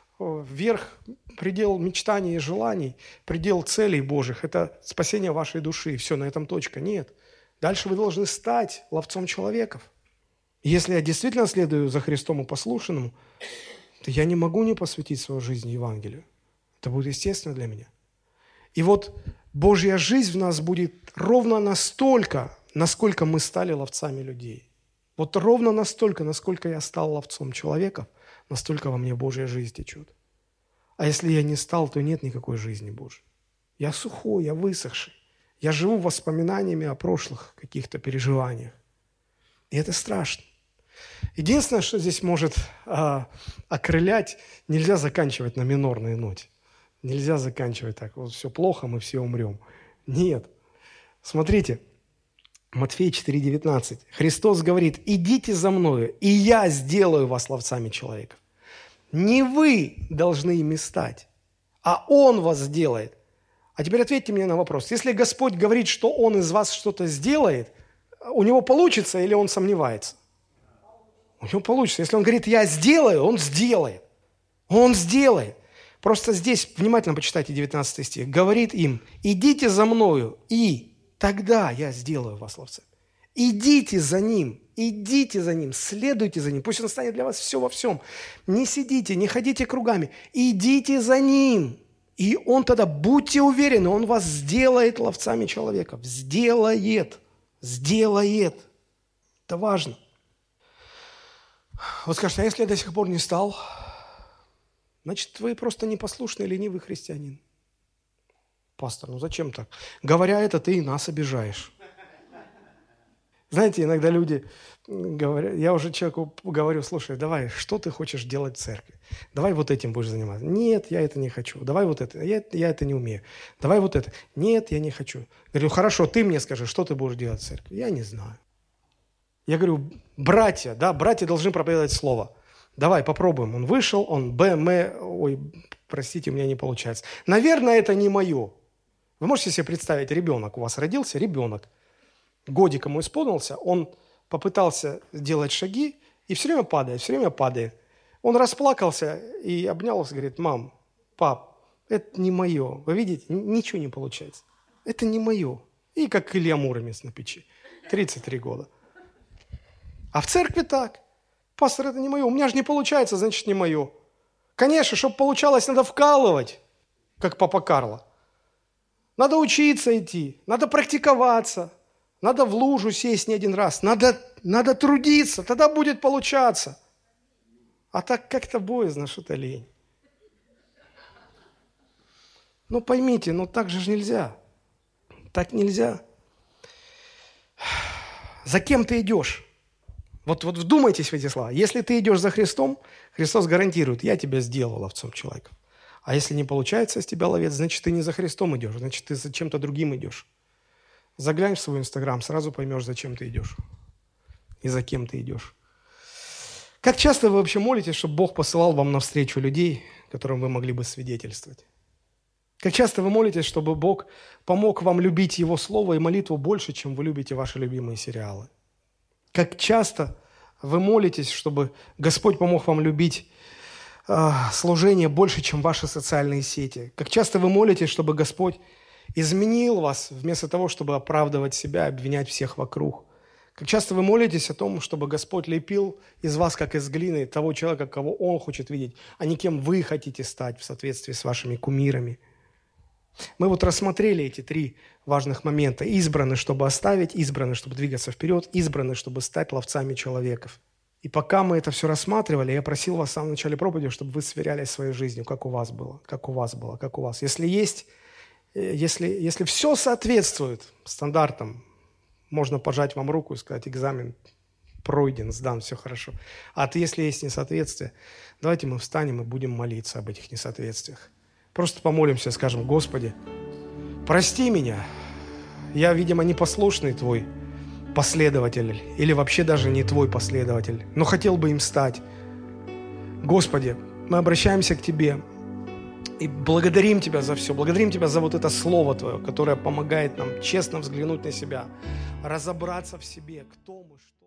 верх, предел мечтаний и желаний, предел целей Божьих – это спасение вашей души. И все, на этом точка. Нет. Дальше вы должны стать ловцом человеков. Если я действительно следую за Христом и послушному, то я не могу не посвятить свою жизнь Евангелию. Это будет естественно для меня. И вот Божья жизнь в нас будет ровно настолько, насколько мы стали ловцами людей. Вот ровно настолько, насколько я стал ловцом человеков, настолько во мне Божья жизнь течет. А если я не стал, то нет никакой жизни Божьей. Я сухой, я высохший. Я живу воспоминаниями о прошлых каких-то переживаниях. И это страшно. Единственное, что здесь может окрылять, нельзя заканчивать на минорной ноте. Нельзя заканчивать так, вот все плохо, мы все умрем. Нет. Смотрите, Матфея 4,19. Христос говорит, идите за мною, и я сделаю вас ловцами человеков. Не вы должны ими стать, а Он вас сделает. А теперь ответьте мне на вопрос. Если Господь говорит, что Он из вас что-то сделает, у Него получится или Он сомневается? У Него получится. Если Он говорит, я сделаю, Он сделает. Он сделает. Просто здесь, внимательно почитайте 19 стих, говорит им, идите за мною, и тогда я сделаю вас ловцами. Идите за ним, следуйте за ним, пусть он станет для вас все во всем. Не сидите, не ходите кругами, идите за ним. И он тогда, будьте уверены, он вас сделает ловцами человеков. Сделает. Это важно. Вот скажете, а если я до сих пор не стал? Значит, вы просто непослушный, ленивый христианин. Пастор, зачем так? Говоря это, ты и нас обижаешь. Знаете, иногда люди говорят, я уже человеку говорю, слушай, давай, что ты хочешь делать в церкви? Давай вот этим будешь заниматься. Нет, я это не хочу. Давай вот это. Я это не умею. Давай вот это. Нет, я не хочу. Говорю, хорошо, ты мне скажи, что ты будешь делать в церкви? Я не знаю. Я говорю, братья должны проповедовать слово. Давай, попробуем. Он вышел, простите, у меня не получается. Наверное, это не мое. Вы можете себе представить, ребенок у вас родился, годик ему исполнился, он попытался делать шаги и все время падает. Он расплакался и обнялся, говорит, мам, пап, это не мое. Вы видите, ничего не получается. Это не мое. И как Илья Муромец на печи. 33 года. А в церкви так. Пастор, это не мое. У меня же не получается, значит, не мое. Конечно, чтобы получалось, надо вкалывать, как папа Карло. Надо учиться идти, надо практиковаться, Надо в лужу сесть не один раз. Надо трудиться, тогда будет получаться. А так как-то боязно, что-то лень. Ну поймите, так же нельзя. Так нельзя. За кем ты идешь? Вот вдумайтесь в эти слова. Если ты идешь за Христом, Христос гарантирует, я тебя сделал ловцом человека. А если не получается из тебя ловец, значит, ты не за Христом идешь, значит, ты за чем-то другим идешь. Заглянь в свой Инстаграм, сразу поймешь, зачем ты идешь и за кем ты идешь. Как часто вы вообще молитесь, чтобы Бог посылал вам навстречу людей, которым вы могли бы свидетельствовать? Как часто вы молитесь, чтобы Бог помог вам любить Его Слово и молитву больше, чем вы любите ваши любимые сериалы? Как часто вы молитесь, чтобы Господь помог вам любить служение больше, чем ваши социальные сети? Как часто вы молитесь, чтобы Господь изменил вас, вместо того, чтобы оправдывать себя, обвинять всех вокруг? Как часто вы молитесь о том, чтобы Господь лепил из вас, как из глины, того человека, кого Он хочет видеть, а не кем вы хотите стать в соответствии с вашими кумирами? Мы рассмотрели эти 3 важных момента. Избраны, чтобы оставить, избраны, чтобы двигаться вперед, избраны, чтобы стать ловцами человеков. И пока мы это все рассматривали, я просил вас в самом начале проповеди, чтобы вы сверяли своей жизнью, как у вас было, как у вас было, как у вас. Если все соответствует стандартам, можно пожать вам руку и сказать, экзамен пройден, сдан, все хорошо. Если есть несоответствие, давайте мы встанем и будем молиться об этих несоответствиях. Просто помолимся, скажем, Господи, прости меня, я, видимо, непослушный Твой последователь, или вообще даже не Твой последователь, но хотел бы им стать. Господи, мы обращаемся к Тебе и благодарим Тебя за все, благодарим Тебя за это Слово Твое, которое помогает нам честно взглянуть на себя, разобраться в себе, кто мы, что